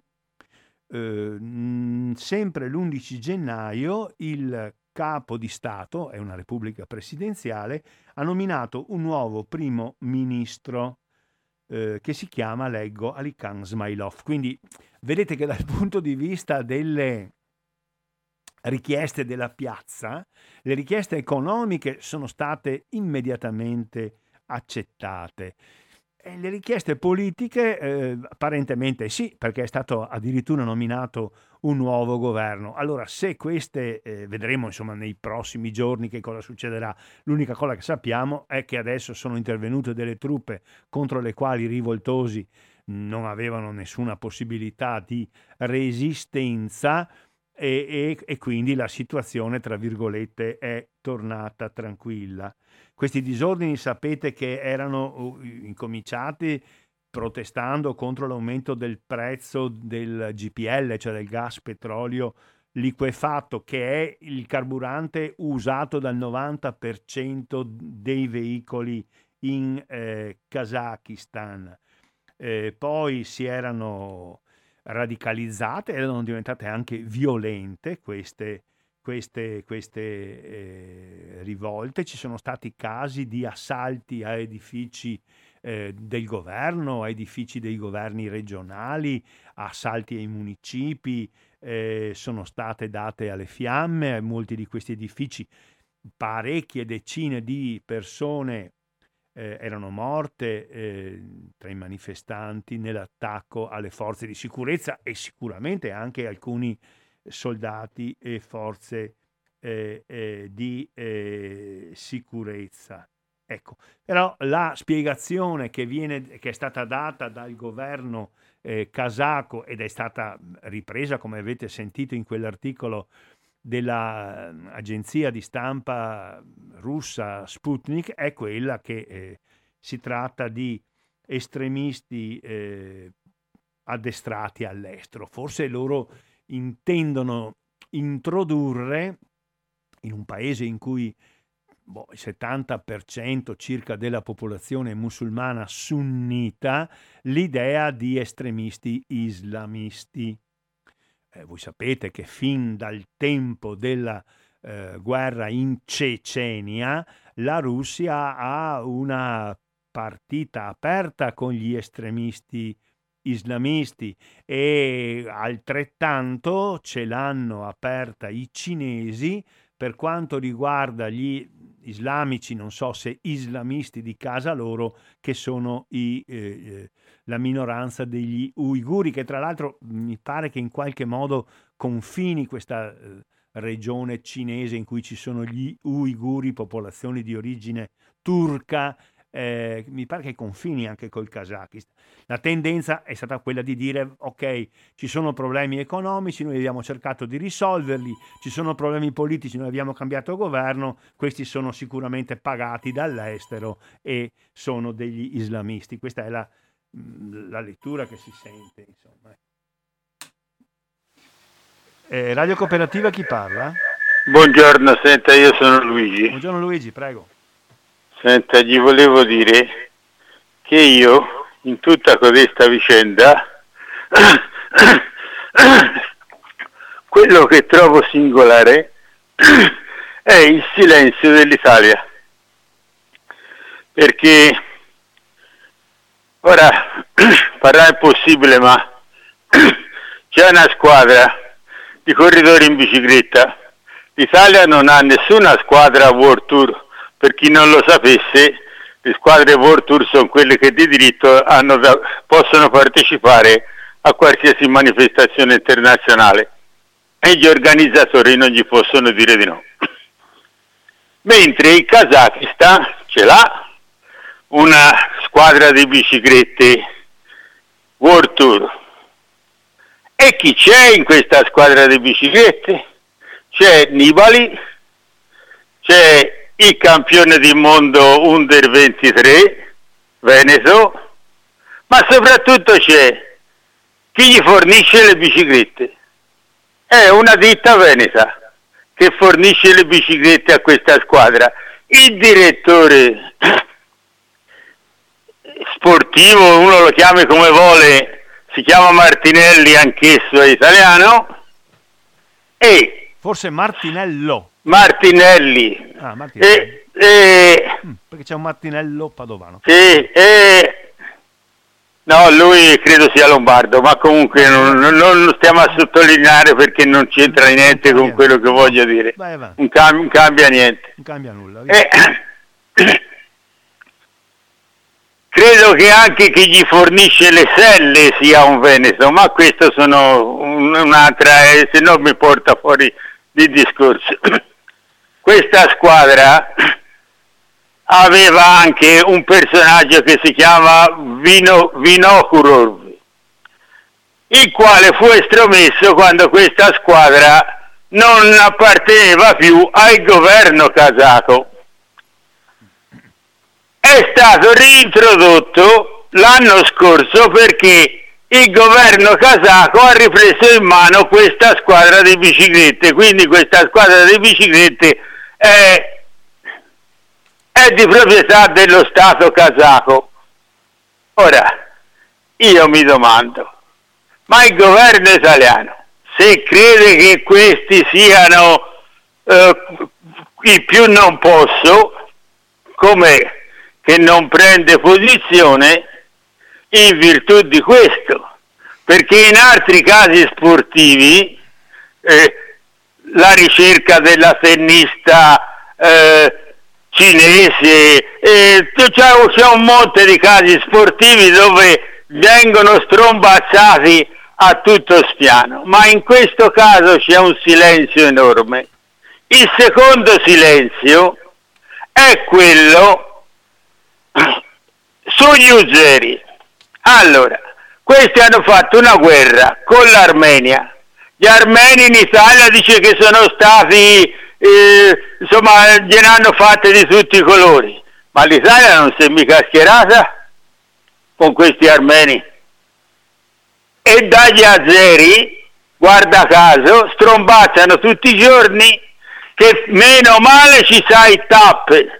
A: Sempre l'11 gennaio il capo di Stato, è una repubblica presidenziale, ha nominato un nuovo primo ministro che si chiama, leggo, Alikhan Smailov. Quindi vedete che dal punto di vista delle richieste della piazza, le richieste economiche sono state immediatamente accettate. E le richieste politiche apparentemente sì, perché è stato addirittura nominato un nuovo governo. Allora, se queste, vedremo insomma nei prossimi giorni che cosa succederà. L'unica cosa che sappiamo è che adesso sono intervenute delle truppe contro le quali i rivoltosi non avevano nessuna possibilità di resistenza, e quindi la situazione, tra virgolette, è tornata tranquilla. Questi disordini sapete che erano incominciati protestando contro l'aumento del prezzo del GPL, cioè del gas petrolio liquefatto, che è il carburante usato dal 90% dei veicoli in Kazakistan. Poi si erano radicalizzate, erano diventate anche violente queste rivolte. Ci sono stati casi di assalti a edifici del governo, a edifici dei governi regionali, assalti ai municipi, sono state date alle fiamme a molti di questi edifici. Parecchie decine di persone erano morte tra i manifestanti nell'attacco alle forze di sicurezza, e sicuramente anche alcuni soldati e forze di sicurezza. Ecco, però la spiegazione che è stata data dal governo kazako, ed è stata ripresa, come avete sentito in quell'articolo dell'agenzia di stampa russa Sputnik, è quella che si tratta di estremisti addestrati all'estero. Forse loro intendono introdurre in un paese in cui il 70% circa della popolazione è musulmana sunnita l'idea di estremisti islamisti. Voi sapete che fin dal tempo della guerra in Cecenia la Russia ha una partita aperta con gli estremisti islamisti, e altrettanto ce l'hanno aperta i cinesi per quanto riguarda gli islamici, non so se islamisti di casa loro, che sono la minoranza degli uiguri, che tra l'altro mi pare che in qualche modo confini questa regione cinese in cui ci sono gli uiguri, popolazioni di origine turca, mi pare che confini anche col Kazakistan. La tendenza è stata quella di dire: ok, ci sono problemi economici, noi abbiamo cercato di risolverli, ci sono problemi politici, noi abbiamo cambiato governo, questi sono sicuramente pagati dall'estero e sono degli islamisti. Questa è la lettura che si sente, insomma. Radio Cooperativa, chi parla?
B: Buongiorno, senta, io sono Luigi.
A: Buongiorno Luigi, prego.
B: Senta, gli volevo dire che io, in tutta questa vicenda, quello che trovo singolare è il silenzio dell'Italia. Perché ora sarà impossibile, ma c'è una squadra di corridori in bicicletta. L'Italia non ha nessuna squadra World Tour. Per chi non lo sapesse, le squadre World Tour sono quelle che di diritto possono partecipare a qualsiasi manifestazione internazionale e gli organizzatori non gli possono dire di no. Mentre il Kazakistan ce l'ha una squadra di biciclette World Tour. E chi c'è in questa squadra di biciclette? C'è Nibali, c'è il campione del mondo Under 23, Veneto, ma soprattutto c'è chi gli fornisce le biciclette. È una ditta veneta che fornisce le biciclette a questa squadra. Il direttore sportivo, uno lo chiami come vuole, si chiama Martinelli, anch'esso è italiano, e
A: forse Martinelli.
B: Ah, Martinelli.
A: Perché c'è un Martinello padovano.
B: No, lui credo sia lombardo, ma comunque non stiamo a sottolineare perché non c'entra niente con quello che voglio dire. Non cambia niente.
A: Non cambia nulla.
B: Credo che anche chi gli fornisce le selle sia un veneto, ma questo sono un'altra, se no mi porta fuori il discorso. Questa squadra aveva anche un personaggio che si chiama Vinokurov, il quale fu estromesso quando questa squadra non apparteneva più al governo kazako. È stato reintrodotto l'anno scorso perché il governo kazako ha ripreso in mano questa squadra di biciclette, quindi questa squadra di biciclette è di proprietà dello Stato kazako. Ora, io mi domando, ma il governo italiano, se crede che questi siano il più non posso, come che non prende posizione in virtù di questo, perché in altri casi sportivi la ricerca della tennista cinese, c'è un monte di casi sportivi dove vengono strombazzati a tutto spiano, ma in questo caso c'è un silenzio enorme. Il secondo silenzio è quello sugli uzeri. Allora, questi hanno fatto una guerra con l'Armenia. Gli armeni in Italia dice che sono stati, insomma, gliene hanno fatte di tutti i colori, ma l'Italia non si è mica schierata con questi armeni. E dagli azeri, guarda caso, strombazzano tutti i giorni che meno male ci sa il TAP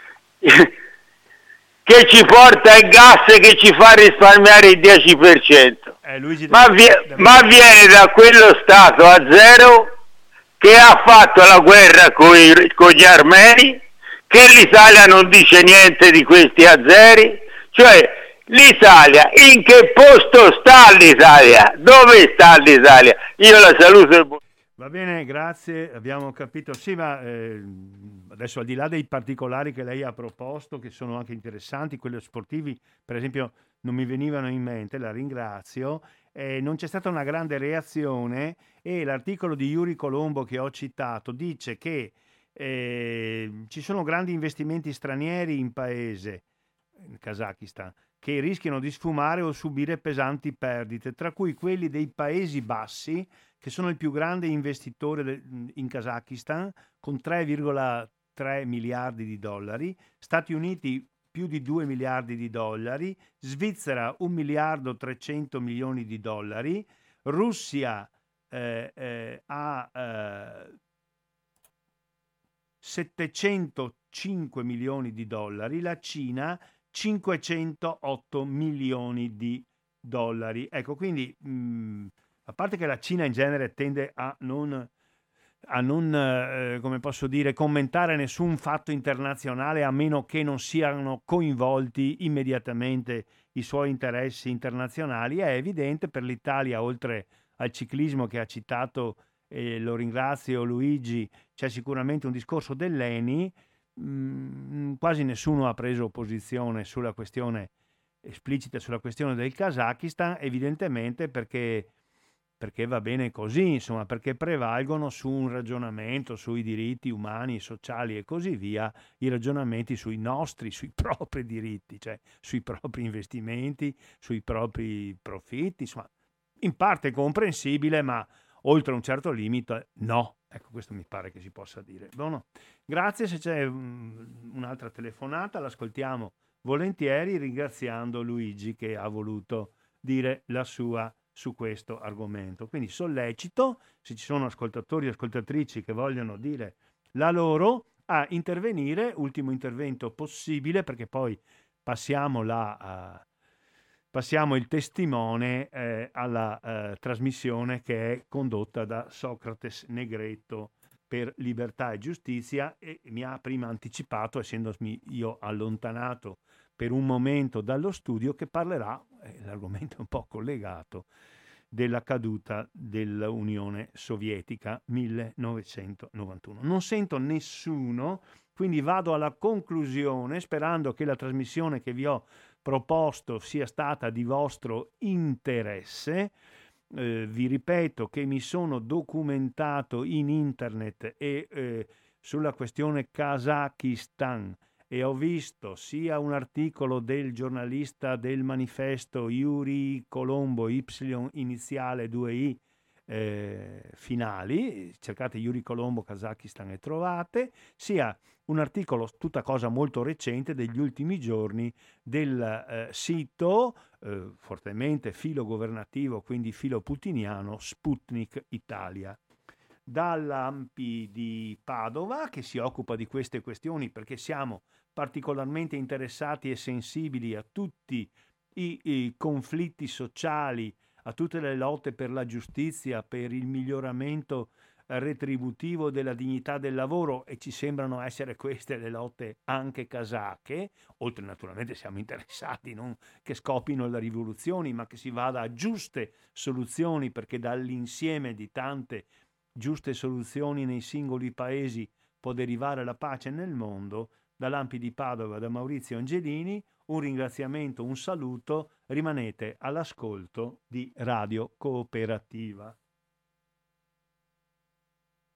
B: che ci porta il gas e che ci fa risparmiare il 10%. Ma viene da quello Stato a zero che ha fatto la guerra con gli armeni, che l'Italia non dice niente di questi azeri. Cioè, l'Italia, in che posto sta l'Italia? Dove sta l'Italia? Io la saluto.
A: Va bene, grazie, abbiamo capito. Sì, ma adesso al di là dei particolari che lei ha proposto, che sono anche interessanti, quelli sportivi, per esempio, non mi venivano in mente, la ringrazio. non c'è stata una grande reazione e l'articolo di Yuri Colombo che ho citato dice che ci sono grandi investimenti stranieri in paese, in Kazakistan, che rischiano di sfumare o subire pesanti perdite, tra cui quelli dei Paesi Bassi, che sono il più grande investitore in Kazakistan, con 3,3 miliardi di dollari, Stati Uniti più di 2 miliardi di dollari, Svizzera 1 miliardo 300 milioni di dollari, Russia ha 705 milioni di dollari, la Cina 508 milioni di dollari. Ecco, quindi a parte che la Cina in genere tende a non come posso dire, commentare nessun fatto internazionale a meno che non siano coinvolti immediatamente i suoi interessi internazionali, è evidente per l'Italia, oltre al ciclismo che ha citato, lo ringrazio Luigi, c'è sicuramente un discorso dell'ENI. Quasi nessuno ha preso posizione sulla questione esplicita sulla questione del Kazakistan, evidentemente perché va bene così, insomma, perché prevalgono su un ragionamento sui diritti umani, sociali e così via, i ragionamenti sui propri diritti, cioè sui propri investimenti, sui propri profitti, insomma, in parte comprensibile, ma oltre un certo limite no. Ecco, questo mi pare che si possa dire. Buono. Grazie, se c'è un'altra telefonata l'ascoltiamo volentieri, ringraziando Luigi che ha voluto dire la sua su questo argomento. Quindi sollecito, se ci sono ascoltatori e ascoltatrici che vogliono dire la loro, a intervenire, ultimo intervento possibile, perché poi passiamo il testimone alla trasmissione che è condotta da Socrates Negretto per Libertà e Giustizia, e mi ha prima anticipato, essendomi io allontanato per un momento dallo studio, che parlerà, l'argomento è un po' collegato, della caduta dell'Unione Sovietica 1991. Non sento nessuno, quindi vado alla conclusione sperando che la trasmissione che vi ho proposto sia stata di vostro interesse. Vi ripeto che mi sono documentato in internet e sulla questione Kazakistan e ho visto sia un articolo del giornalista del Manifesto Yuri Colombo, Y iniziale 2I finali, cercate Yuri Colombo Kazakistan e trovate, sia un articolo, tutta cosa molto recente, degli ultimi giorni del sito fortemente filogovernativo, quindi filoputiniano, Sputnik Italia. Dall'Ampi di Padova, che si occupa di queste questioni perché siamo particolarmente interessati e sensibili a tutti i conflitti sociali, a tutte le lotte per la giustizia, per il miglioramento retributivo della dignità del lavoro, e ci sembrano essere queste le lotte anche kazake, oltre naturalmente siamo interessati non che scoppino le rivoluzioni, ma che si vada a giuste soluzioni, perché dall'insieme di tante giuste soluzioni nei singoli paesi può derivare la pace nel mondo. Da Lampi di Padova, da Maurizio Angelini, un ringraziamento, un saluto, rimanete all'ascolto di Radio Cooperativa.